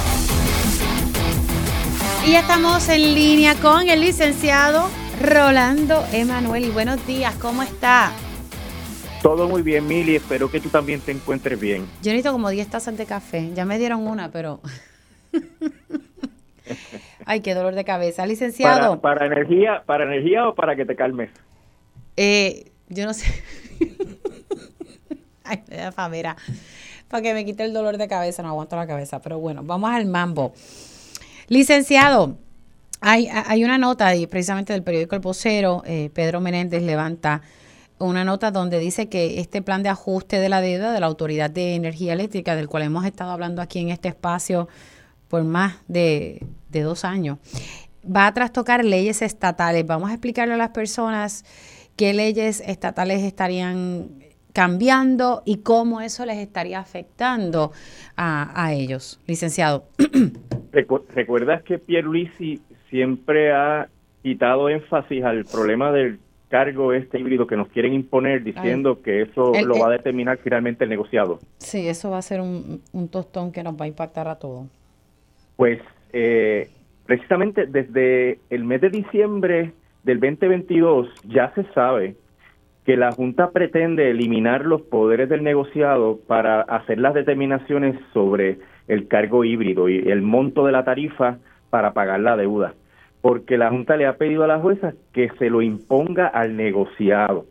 Y ya estamos en línea con el licenciado Rolando Emanueli. Buenos días, ¿cómo está? Todo muy bien, Mili. Espero que tú también te encuentres bien. Yo necesito como 10 tazas de café. Ya me dieron una, pero... Ay, qué dolor de cabeza. Licenciado. ¿Para energía o para que te calmes? Yo no sé. Ay, me da famera. Para que me quite el dolor de cabeza. No aguanto la cabeza. Pero bueno, vamos al mambo. Licenciado, hay una nota precisamente del periódico El Vocero. Pedro Menéndez levanta una nota donde dice que este plan de ajuste de la deuda de la Autoridad de Energía Eléctrica, del cual hemos estado hablando aquí en este espacio por más de 2 años, va a trastocar leyes estatales. Vamos a explicarle a las personas qué leyes estatales estarían cambiando y cómo eso les estaría afectando a ellos. Licenciado. ¿Recuerdas que Pierluisi siempre ha quitado énfasis al problema del cargo híbrido que nos quieren imponer, diciendo que eso lo va a determinar finalmente el negociado? Sí, eso va a ser un tostón que nos va a impactar a todos. Pues precisamente desde el mes de diciembre del 2022 ya se sabe que la Junta pretende eliminar los poderes del negociado para hacer las determinaciones sobre el cargo híbrido y el monto de la tarifa para pagar la deuda, porque la Junta le ha pedido a la jueza que se lo imponga al negociado.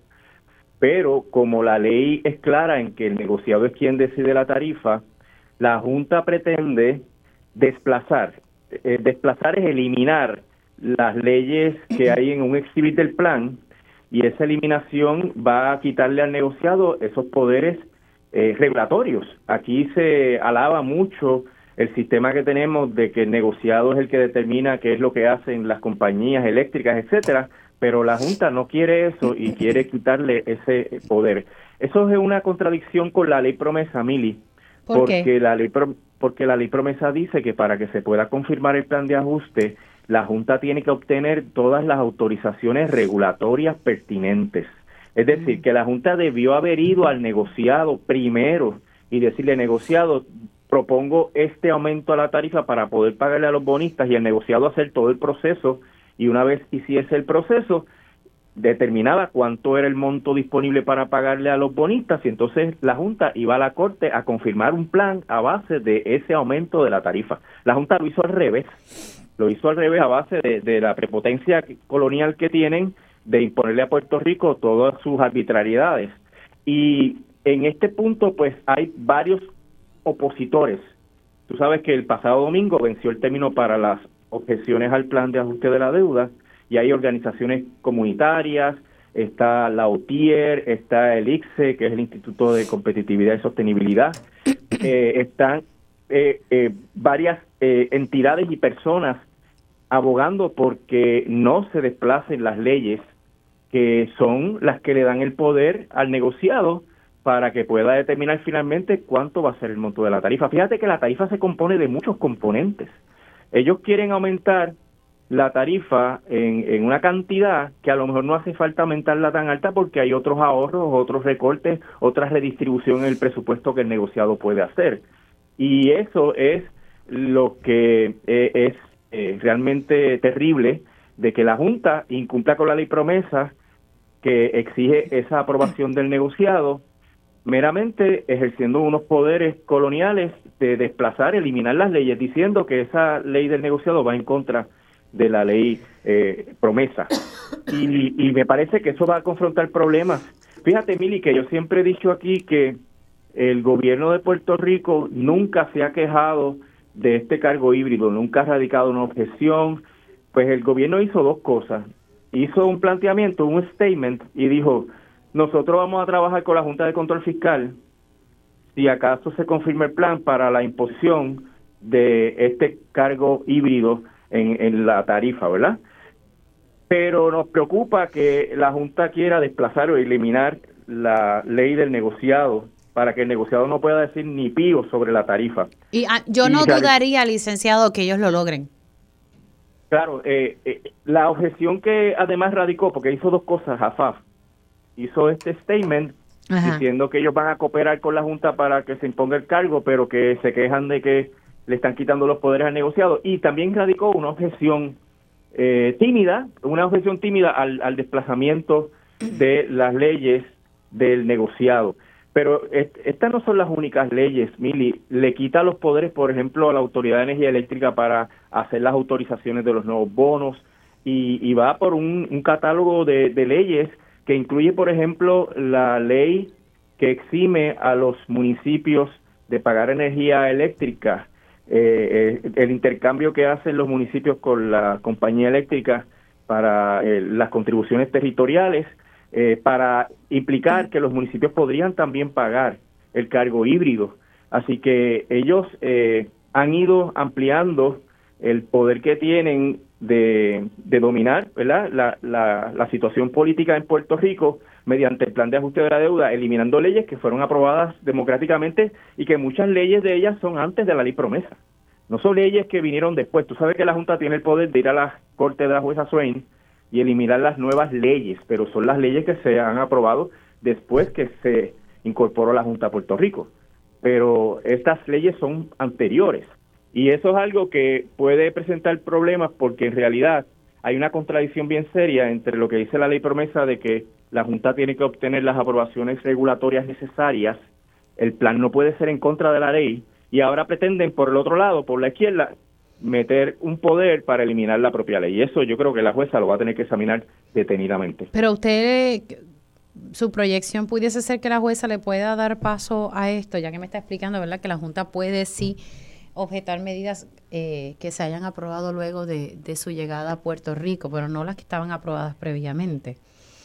Pero como la ley es clara en que el negociado es quien decide la tarifa, la Junta pretende desplazar es eliminar las leyes que hay en un exhibit del plan, y esa eliminación va a quitarle al negociado esos poderes regulatorios. Aquí se alaba mucho el sistema que tenemos de que el negociado es el que determina qué es lo que hacen las compañías eléctricas, etcétera, pero la Junta no quiere eso y quiere quitarle ese poder. Eso es una contradicción con la ley promesa, Mili, porque la ley promesa dice que para que se pueda confirmar el plan de ajuste, la Junta tiene que obtener todas las autorizaciones regulatorias pertinentes. Es decir, que la Junta debió haber ido al negociado primero y decirle, negociado, propongo este aumento a la tarifa para poder pagarle a los bonistas, y el negociado hacer todo el proceso, y una vez hiciese el proceso, determinaba cuánto era el monto disponible para pagarle a los bonistas, y entonces la Junta iba a la Corte a confirmar un plan a base de ese aumento de la tarifa. La Junta lo hizo al revés a base de la prepotencia colonial que tienen de imponerle a Puerto Rico todas sus arbitrariedades. Y en este punto pues hay varios opositores. Tú sabes que el pasado domingo venció el término para las objeciones al plan de ajuste de la deuda, y hay organizaciones comunitarias, está la OTIER, está el ICSE, que es el Instituto de Competitividad y Sostenibilidad, están varias entidades y personas abogando porque no se desplacen las leyes que son las que le dan el poder al negociado para que pueda determinar finalmente cuánto va a ser el monto de la tarifa. Fíjate que la tarifa se compone de muchos componentes. Ellos quieren aumentar la tarifa en una cantidad que a lo mejor no hace falta aumentarla tan alta porque hay otros ahorros, otros recortes, otra redistribución en el presupuesto que el negociado puede hacer. Y eso es lo que es realmente terrible, de que la Junta incumpla con la ley promesa que exige esa aprobación del negociado, meramente ejerciendo unos poderes coloniales de desplazar, eliminar las leyes, diciendo que esa ley del negociado va en contra de la ley promesa. Y me parece que eso va a confrontar problemas. Fíjate, Mili, que yo siempre he dicho aquí que el gobierno de Puerto Rico nunca se ha quejado de este cargo híbrido, nunca ha radicado una objeción. Pues el gobierno hizo dos cosas. Hizo un planteamiento, un statement, y dijo: nosotros vamos a trabajar con la Junta de Control Fiscal si acaso se confirma el plan para la imposición de este cargo híbrido en la tarifa, ¿verdad? Pero nos preocupa que la Junta quiera desplazar o eliminar la ley del negociado para que el negociado no pueda decir ni pío sobre la tarifa. Y yo no dudaría, licenciado, que ellos lo logren. Claro, la objeción que además radicó, porque hizo dos cosas, AFAF, hizo este statement diciendo que ellos van a cooperar con la Junta para que se imponga el cargo, pero que se quejan de que le están quitando los poderes al negociado, y también radicó una objeción tímida al desplazamiento de las leyes del negociado. Pero estas no son las únicas leyes, Mili. Le quita los poderes, por ejemplo, a la Autoridad de Energía Eléctrica para hacer las autorizaciones de los nuevos bonos, y va por un catálogo de leyes que incluye, por ejemplo, la ley que exime a los municipios de pagar energía eléctrica, el intercambio que hacen los municipios con la compañía eléctrica para las contribuciones territoriales, para implicar que los municipios podrían también pagar el cargo híbrido. Así que ellos han ido ampliando el poder que tienen de dominar, ¿verdad?, la situación política en Puerto Rico mediante el plan de ajuste de la deuda, eliminando leyes que fueron aprobadas democráticamente y que muchas leyes de ellas son antes de la ley promesa. No son leyes que vinieron después. Tú sabes que la Junta tiene el poder de ir a la corte de la jueza Swain y eliminar las nuevas leyes, pero son las leyes que se han aprobado después que se incorporó la Junta a Puerto Rico. Pero estas leyes son anteriores, y eso es algo que puede presentar problemas porque en realidad hay una contradicción bien seria entre lo que dice la ley promesa de que la Junta tiene que obtener las aprobaciones regulatorias necesarias, el plan no puede ser en contra de la ley, y ahora pretenden por el otro lado, por la izquierda, meter un poder para eliminar la propia ley. Y eso yo creo que la jueza lo va a tener que examinar detenidamente. Pero usted, su proyección pudiese ser que la jueza le pueda dar paso a esto, ya que me está explicando, ¿verdad?, que la Junta puede sí objetar medidas que se hayan aprobado luego de su llegada a Puerto Rico, pero no las que estaban aprobadas previamente.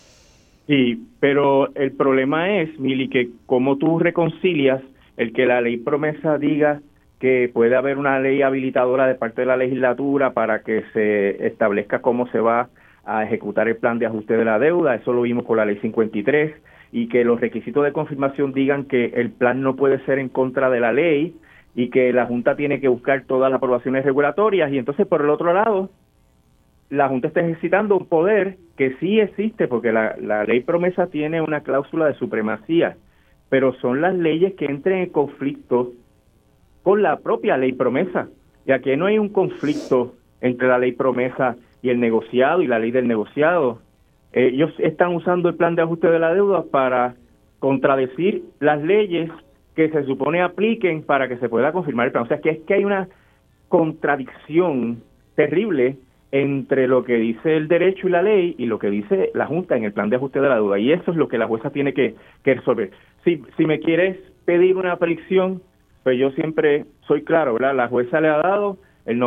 Sí, pero el problema es, Mili, que cómo tú reconcilias el que la ley promesa diga que puede haber una ley habilitadora de parte de la legislatura para que se establezca cómo se va a ejecutar el plan de ajuste de la deuda, eso lo vimos con la ley 53, y que los requisitos de confirmación digan que el plan no puede ser en contra de la ley y que la Junta tiene que buscar todas las aprobaciones regulatorias, y entonces por el otro lado la Junta está ejercitando un poder que sí existe, porque la ley promesa tiene una cláusula de supremacía, pero son las leyes que entren en conflicto con la propia ley promesa, ya que no hay un conflicto entre la ley promesa y el negociado y la ley del negociado. ellos están usando el plan de ajuste de la deuda para contradecir las leyes que se supone apliquen para que se pueda confirmar el plan. O sea, que es que hay una contradicción terrible entre lo que dice el derecho y la ley y lo que dice la Junta en el plan de ajuste de la deuda. Y eso es lo que la jueza tiene que resolver. Si me quieres pedir una predicción, pues yo siempre soy claro, ¿verdad? La jueza le ha dado el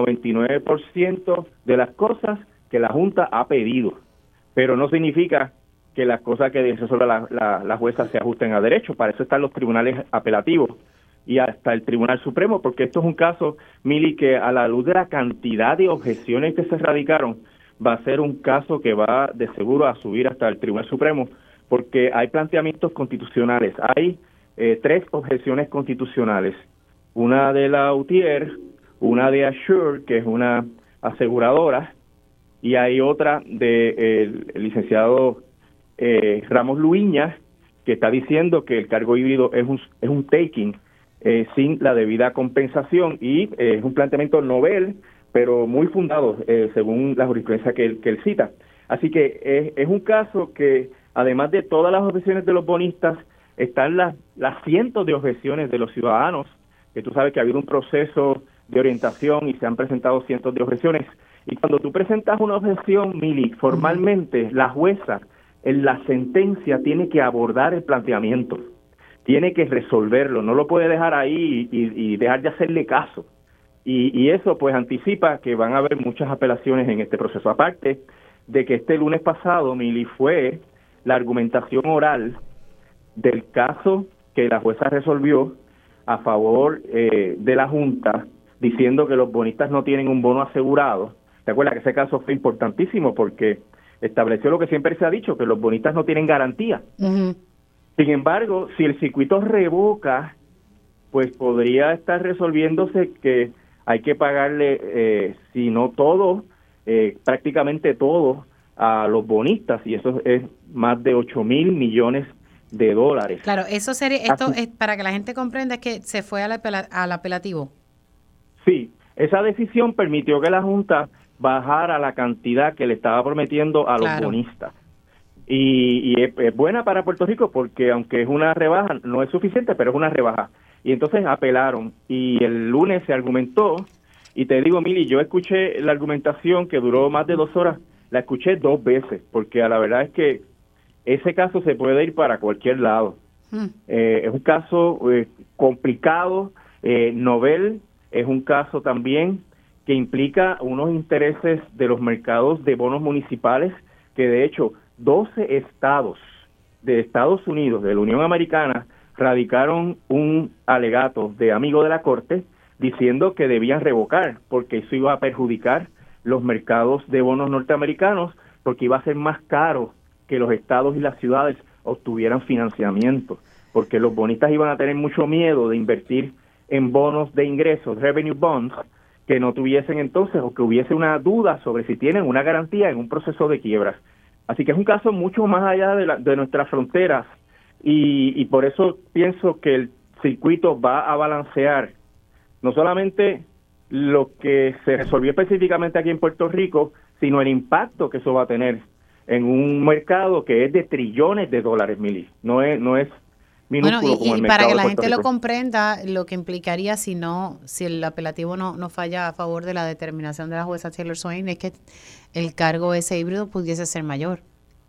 99% de las cosas que la Junta ha pedido, pero no significa que las cosas que resuelva la jueza se ajusten a derecho. Para eso están los tribunales apelativos y hasta el Tribunal Supremo, porque esto es un caso, Mili, que a la luz de la cantidad de objeciones que se radicaron, va a ser un caso que va de seguro a subir hasta el Tribunal Supremo, porque hay planteamientos constitucionales. Hay 3 objeciones constitucionales, una de la UTIER, una de Assure, que es una aseguradora, y hay otra del licenciado Ramos Luiñas, que está diciendo que el cargo híbrido es un taking sin la debida compensación, y es un planteamiento novel, pero muy fundado según la jurisprudencia que él cita. Así que es un caso que, además de todas las objeciones de los bonistas, están las cientos de objeciones de los ciudadanos, que tú sabes que ha habido un proceso de orientación y se han presentado cientos de objeciones. Y cuando tú presentas una objeción, Mili, formalmente la jueza en la sentencia tiene que abordar el planteamiento, tiene que resolverlo, no lo puede dejar ahí y dejar de hacerle caso. Y eso pues anticipa que van a haber muchas apelaciones en este proceso. Aparte de que este lunes pasado, Mili, fue la argumentación oral del caso que la jueza resolvió a favor de la Junta, diciendo que los bonistas no tienen un bono asegurado. ¿Te acuerdas que ese caso fue importantísimo porque estableció lo que siempre se ha dicho, que los bonistas no tienen garantía? Uh-huh. Sin embargo, si el circuito revoca, pues podría estar resolviéndose que hay que pagarle, si no todo, prácticamente todo a los bonistas, y eso es más de 8,000 millones de dólares. Claro, eso sería, esto es para que la gente comprenda, es que se fue al apelativo. Sí, esa decisión permitió que la Junta bajara la cantidad que le estaba prometiendo a los bonistas. Y es buena para Puerto Rico porque aunque es una rebaja, no es suficiente, pero es una rebaja. Y entonces apelaron y el lunes se argumentó, y te digo, Mili, yo escuché la argumentación que duró más de 2 horas, la escuché 2 veces, porque a la verdad es que ese caso se puede ir para cualquier lado. Es un caso complicado, novel, es un caso también que implica unos intereses de los mercados de bonos municipales que de hecho 12 estados de Estados Unidos, de la Unión Americana, radicaron un alegato de amigo de la Corte diciendo que debían revocar porque eso iba a perjudicar los mercados de bonos norteamericanos, porque iba a ser más caro que los estados y las ciudades obtuvieran financiamiento, porque los bonistas iban a tener mucho miedo de invertir en bonos de ingresos, revenue bonds, que no tuviesen entonces o que hubiese una duda sobre si tienen una garantía en un proceso de quiebras. Así que es un caso mucho más allá de nuestras fronteras y por eso pienso que el circuito va a balancear no solamente lo que se resolvió específicamente aquí en Puerto Rico, sino el impacto que eso va a tener en un mercado que es de trillones de dólares, Mili. No es minúsculo como el mercado. Para que la de gente Puerto lo Rico comprenda, lo que implicaría si el apelativo no falla a favor de la determinación de la jueza Taylor Swain, es que el cargo ese híbrido pudiese ser mayor.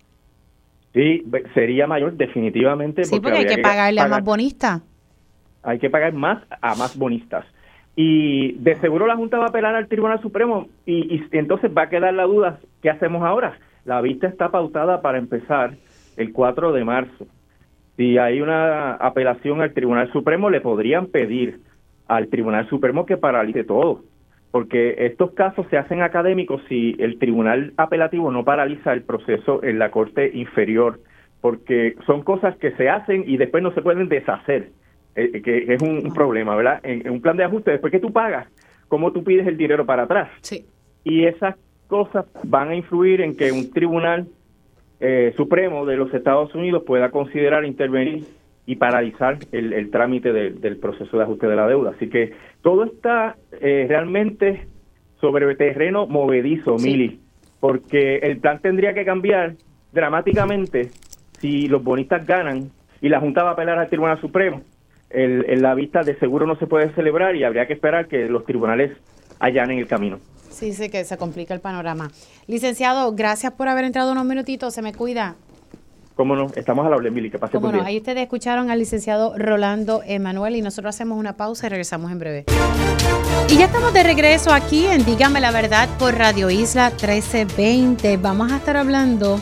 Sí, sería mayor definitivamente. Sí, porque hay que pagarle a más bonistas. Hay que pagar más a más bonistas. Y de seguro la Junta va a apelar al Tribunal Supremo y entonces va a quedar la duda, ¿qué hacemos ahora? La vista está pautada para empezar el 4 de marzo. Si hay una apelación al Tribunal Supremo, le podrían pedir al Tribunal Supremo que paralice todo, porque estos casos se hacen académicos si el Tribunal Apelativo no paraliza el proceso en la Corte Inferior, porque son cosas que se hacen y después no se pueden deshacer. Que es un problema, ¿verdad? En un plan de ajuste, después que tú pagas, ¿cómo tú pides el dinero para atrás? Sí. Y esas cosas van a influir en que un tribunal supremo de los Estados Unidos pueda considerar intervenir y paralizar el trámite del proceso de ajuste de la deuda. Así que todo está realmente sobre terreno movedizo, sí, Mili, porque el plan tendría que cambiar dramáticamente si los bonistas ganan y la Junta va a apelar al Tribunal Supremo. La vista de seguro no se puede celebrar y habría que esperar que los tribunales allanen el camino. Sí, sí, que se complica el panorama. Licenciado, gracias por haber entrado unos minutitos, se me cuida. Cómo no, estamos a la orden, Mili, que pase por bien. Ahí ustedes escucharon al licenciado Rolando Emanuel y nosotros hacemos una pausa y regresamos en breve. Y ya estamos de regreso aquí en Dígame la Verdad por Radio Isla 1320. Vamos a estar hablando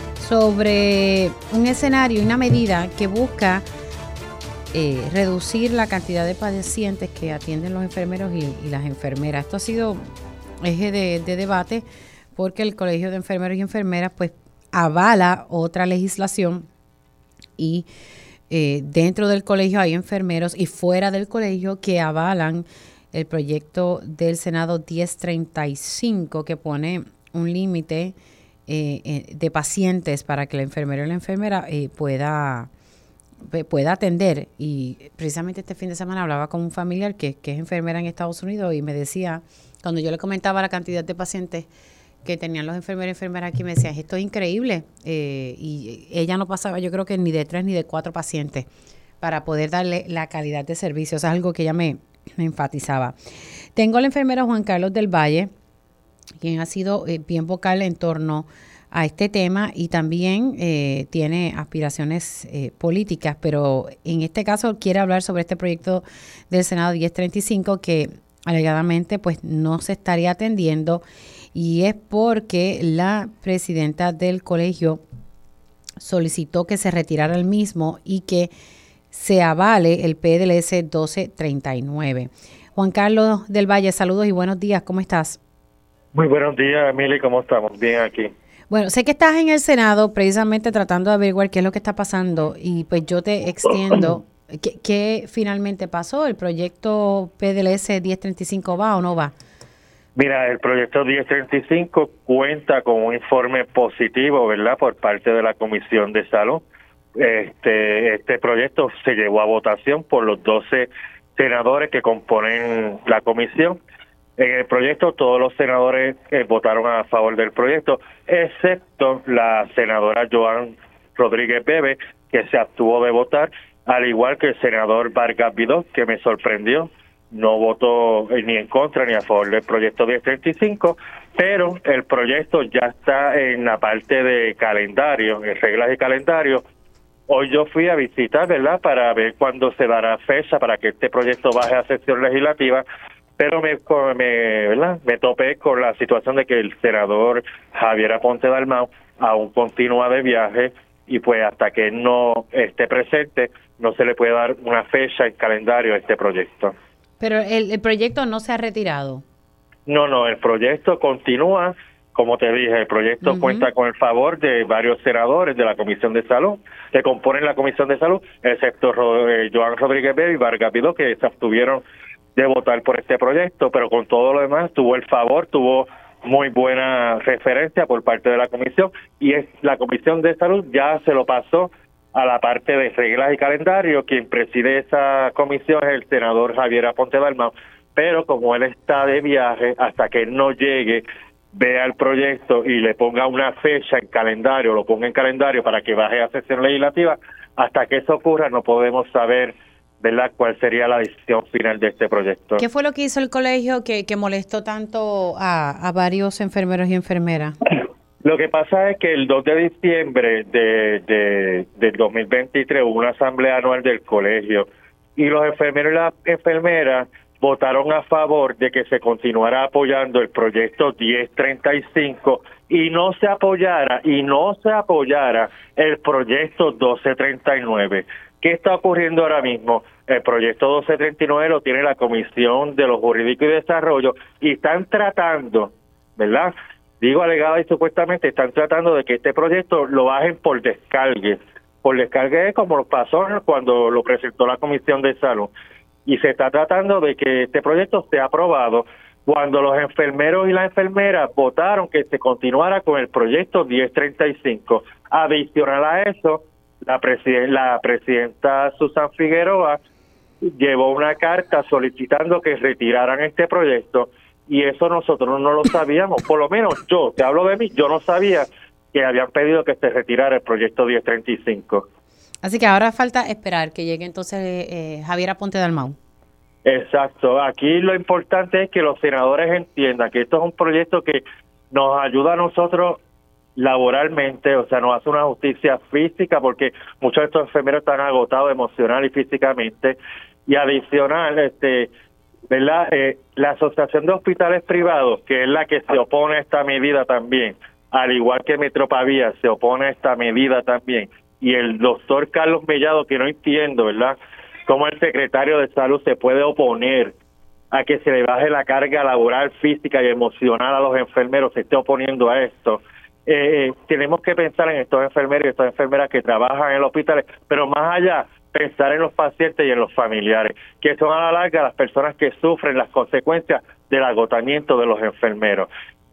sobre un escenario y una medida que busca reducir la cantidad de pacientes que atienden los enfermeros y las enfermeras. Esto ha sido eje de debate porque el Colegio de Enfermeros y Enfermeras pues avala otra legislación y dentro del colegio hay enfermeros y fuera del colegio que avalan el proyecto del Senado 1035 que pone un límite de pacientes para que el enfermero y la enfermera pueda atender. Y precisamente este fin de semana hablaba con un familiar que es enfermera en Estados Unidos y me decía, cuando yo le comentaba la cantidad de pacientes que tenían los enfermeros y enfermeras aquí, me decía, esto es increíble, y ella no pasaba, yo creo que ni de 3 ni de 4 pacientes para poder darle la calidad de servicio. O sea, es algo que ella me enfatizaba. Tengo al enfermero Juan Carlos del Valle, quien ha sido bien vocal en torno a este tema y también tiene aspiraciones políticas, pero en este caso quiere hablar sobre este proyecto del Senado 1035 que alegadamente pues no se estaría atendiendo, y es porque la presidenta del colegio solicitó que se retirara el mismo y que se avale el PDLS 1239. Juan Carlos del Valle, saludos y buenos días, ¿cómo estás? Muy buenos días, Emily, ¿cómo estamos? Bien aquí. Bueno, sé que estás en el Senado precisamente tratando de averiguar qué es lo que está pasando y pues yo te extiendo. ¿Qué finalmente pasó? ¿El proyecto PDLS 1035 va o no va? Mira, el proyecto 1035 cuenta con un informe positivo, ¿verdad?, por parte de la Comisión de Salud. Este proyecto se llevó a votación por los 12 senadores que componen la comisión. En el proyecto todos los senadores votaron a favor del proyecto, excepto la senadora Joan Rodríguez Bebe, que se abstuvo de votar, al igual que el senador Vargas Vidó, que me sorprendió, no votó ni en contra ni a favor del proyecto 1035, pero el proyecto ya está en la parte de calendario, en reglas de calendario. Hoy yo fui a visitar, ¿verdad?, para ver cuándo se dará fecha para que este proyecto baje a sesión legislativa, pero me topé con la situación de que el senador Javier Aponte Dalmau aún continúa de viaje y pues hasta que no esté presente no se le puede dar una fecha en calendario a este proyecto. Pero el proyecto no se ha retirado. No, el proyecto continúa. Como te dije, el proyecto cuenta con el favor de varios senadores de la Comisión de Salud, que componen la Comisión de Salud, excepto Joan Rodríguez Bebe y Vargas Vidó, que se abstuvieron de votar por este proyecto, pero con todo lo demás tuvo el favor, tuvo muy buena referencia por parte de la Comisión, y la Comisión de Salud ya se lo pasó a la parte de reglas y calendario. Quien preside esa comisión es el senador Javier Aponte Dalmau, pero como él está de viaje, hasta que él no llegue, vea el proyecto y le ponga una fecha en calendario, lo ponga en calendario para que baje a sesión legislativa, hasta que eso ocurra no podemos saber, ¿verdad?, cuál sería la decisión final de este proyecto. ¿Qué fue lo que hizo el colegio que molestó tanto a varios enfermeros y enfermeras? Lo que pasa es que el 2 de diciembre del 2023 hubo una asamblea anual del colegio y los enfermeros y las enfermeras votaron a favor de que se continuara apoyando el proyecto 1035 y no se apoyara el proyecto 1239. ¿Qué está ocurriendo ahora mismo? El proyecto 1239 lo tiene la Comisión de los Jurídicos y Desarrollo y están tratando, ¿verdad?, digo alegada y supuestamente están tratando de que este proyecto lo bajen por descargue. Por descargue es como pasó cuando lo presentó la Comisión de Salud. Y se está tratando de que este proyecto sea aprobado cuando los enfermeros y las enfermeras votaron que se continuara con el proyecto 1035. Adicional a eso, la presidenta Susan Figueroa llevó una carta solicitando que retiraran este proyecto, y eso nosotros no lo sabíamos, por lo menos yo, te hablo de mí, yo no sabía que habían pedido que se retirara el proyecto 1035. Así que ahora falta esperar que llegue entonces Javier Aponte Dalmau. Exacto. Aquí lo importante es que los senadores entiendan que esto es un proyecto que nos ayuda a nosotros laboralmente, o sea, nos hace una justicia física, porque muchos de estos enfermeros están agotados emocional y físicamente. Y adicional, ¿verdad? La Asociación de Hospitales Privados, que es la que se opone a esta medida también, al igual que Metropavía se opone a esta medida también, y el doctor Carlos Mellado, que no entiendo, ¿verdad?, cómo el secretario de Salud se puede oponer a que se le baje la carga laboral, física y emocional a los enfermeros, se esté oponiendo a esto. Tenemos que pensar en estos enfermeros y estas enfermeras que trabajan en los hospitales, pero más allá, pensar en los pacientes y en los familiares, que son a la larga las personas que sufren las consecuencias del agotamiento de los enfermeros.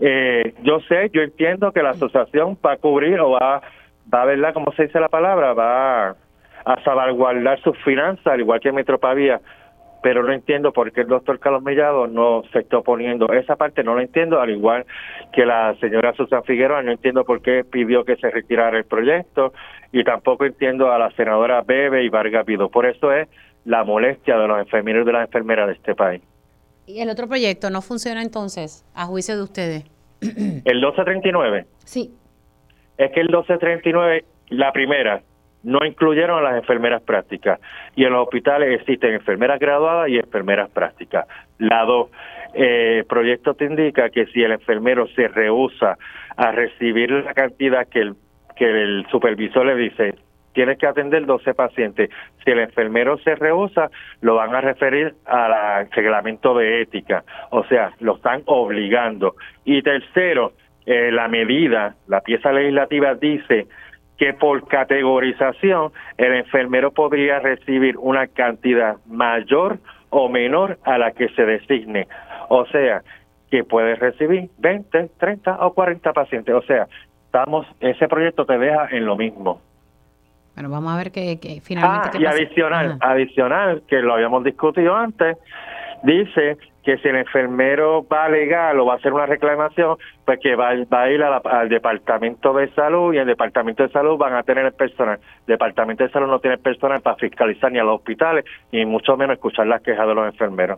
Yo entiendo que la asociación va a cubrir o va a verla, ¿cómo se dice la palabra? Va a salvaguardar sus finanzas, al igual que Metropavía, pero no entiendo por qué el doctor Carlos Mellado no se está oponiendo. Esa parte no la entiendo, al igual que la señora Susan Figueroa, no entiendo por qué pidió que se retirara el proyecto, y tampoco entiendo a la senadora Bebe y Vargas Vidó. Por eso es la molestia de los enfermeros y de las enfermeras de este país. ¿Y el otro proyecto no funciona entonces, a juicio de ustedes? ¿El 1239? Sí. Es que el 1239, la primera, no incluyeron a las enfermeras prácticas, y en los hospitales existen enfermeras graduadas y enfermeras prácticas. La 2, el proyecto te indica que si el enfermero se rehúsa a recibir la cantidad que el supervisor le dice, tienes que atender 12 pacientes. Si el enfermero se rehúsa, lo van a referir al reglamento de ética. O sea, lo están obligando. Y tercero, la medida, la pieza legislativa dice que por categorización el enfermero podría recibir una cantidad mayor o menor a la que se designe. O sea, que puede recibir 20, 30 o 40 pacientes. O sea, ese proyecto te deja en lo mismo. Bueno, vamos a ver que finalmente... y adicional, que lo habíamos discutido antes, dice que si el enfermero va a alegar o va a hacer una reclamación, pues que va a ir al Departamento de Salud, y el Departamento de Salud van a tener el personal. El Departamento de Salud no tiene personal para fiscalizar ni a los hospitales, ni mucho menos escuchar las quejas de los enfermeros.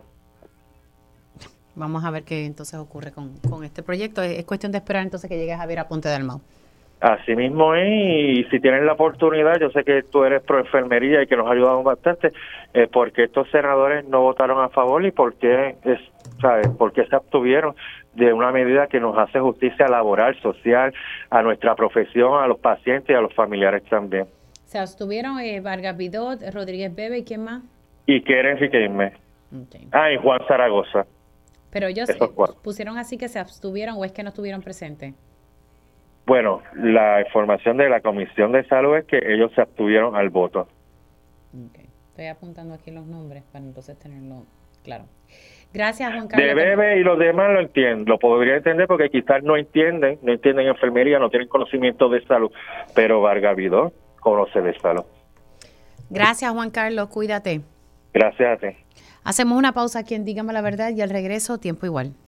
Vamos a ver qué entonces ocurre con este proyecto. Es cuestión de esperar entonces que llegue Javier Aponte Dalmau. Así mismo es, y si tienen la oportunidad, yo sé que tú eres pro enfermería y que nos ha ayudado bastante, ¿por qué estos senadores no votaron a favor y por qué se abstuvieron de una medida que nos hace justicia laboral, social, a nuestra profesión, a los pacientes y a los familiares también? Se abstuvieron Vargas Vidó, Rodríguez Bebe, ¿y quién más? Y Keren Riquelme. Okay. Y Juan Zaragoza. Pero ellos pusieron así que se abstuvieron, ¿o es que no estuvieron presentes? Bueno, la información de la Comisión de Salud es que ellos se abstuvieron al voto. Okay. Estoy apuntando aquí los nombres para entonces tenerlo claro. Gracias, Juan Carlos. De Bebe y los demás lo entiendo, lo podría entender porque quizás no entienden enfermería, no tienen conocimiento de salud, pero Vargas Vidó conoce de salud. Gracias, Juan Carlos, cuídate. Gracias a ti. Hacemos una pausa aquí en Dígame la Verdad y al regreso, tiempo igual.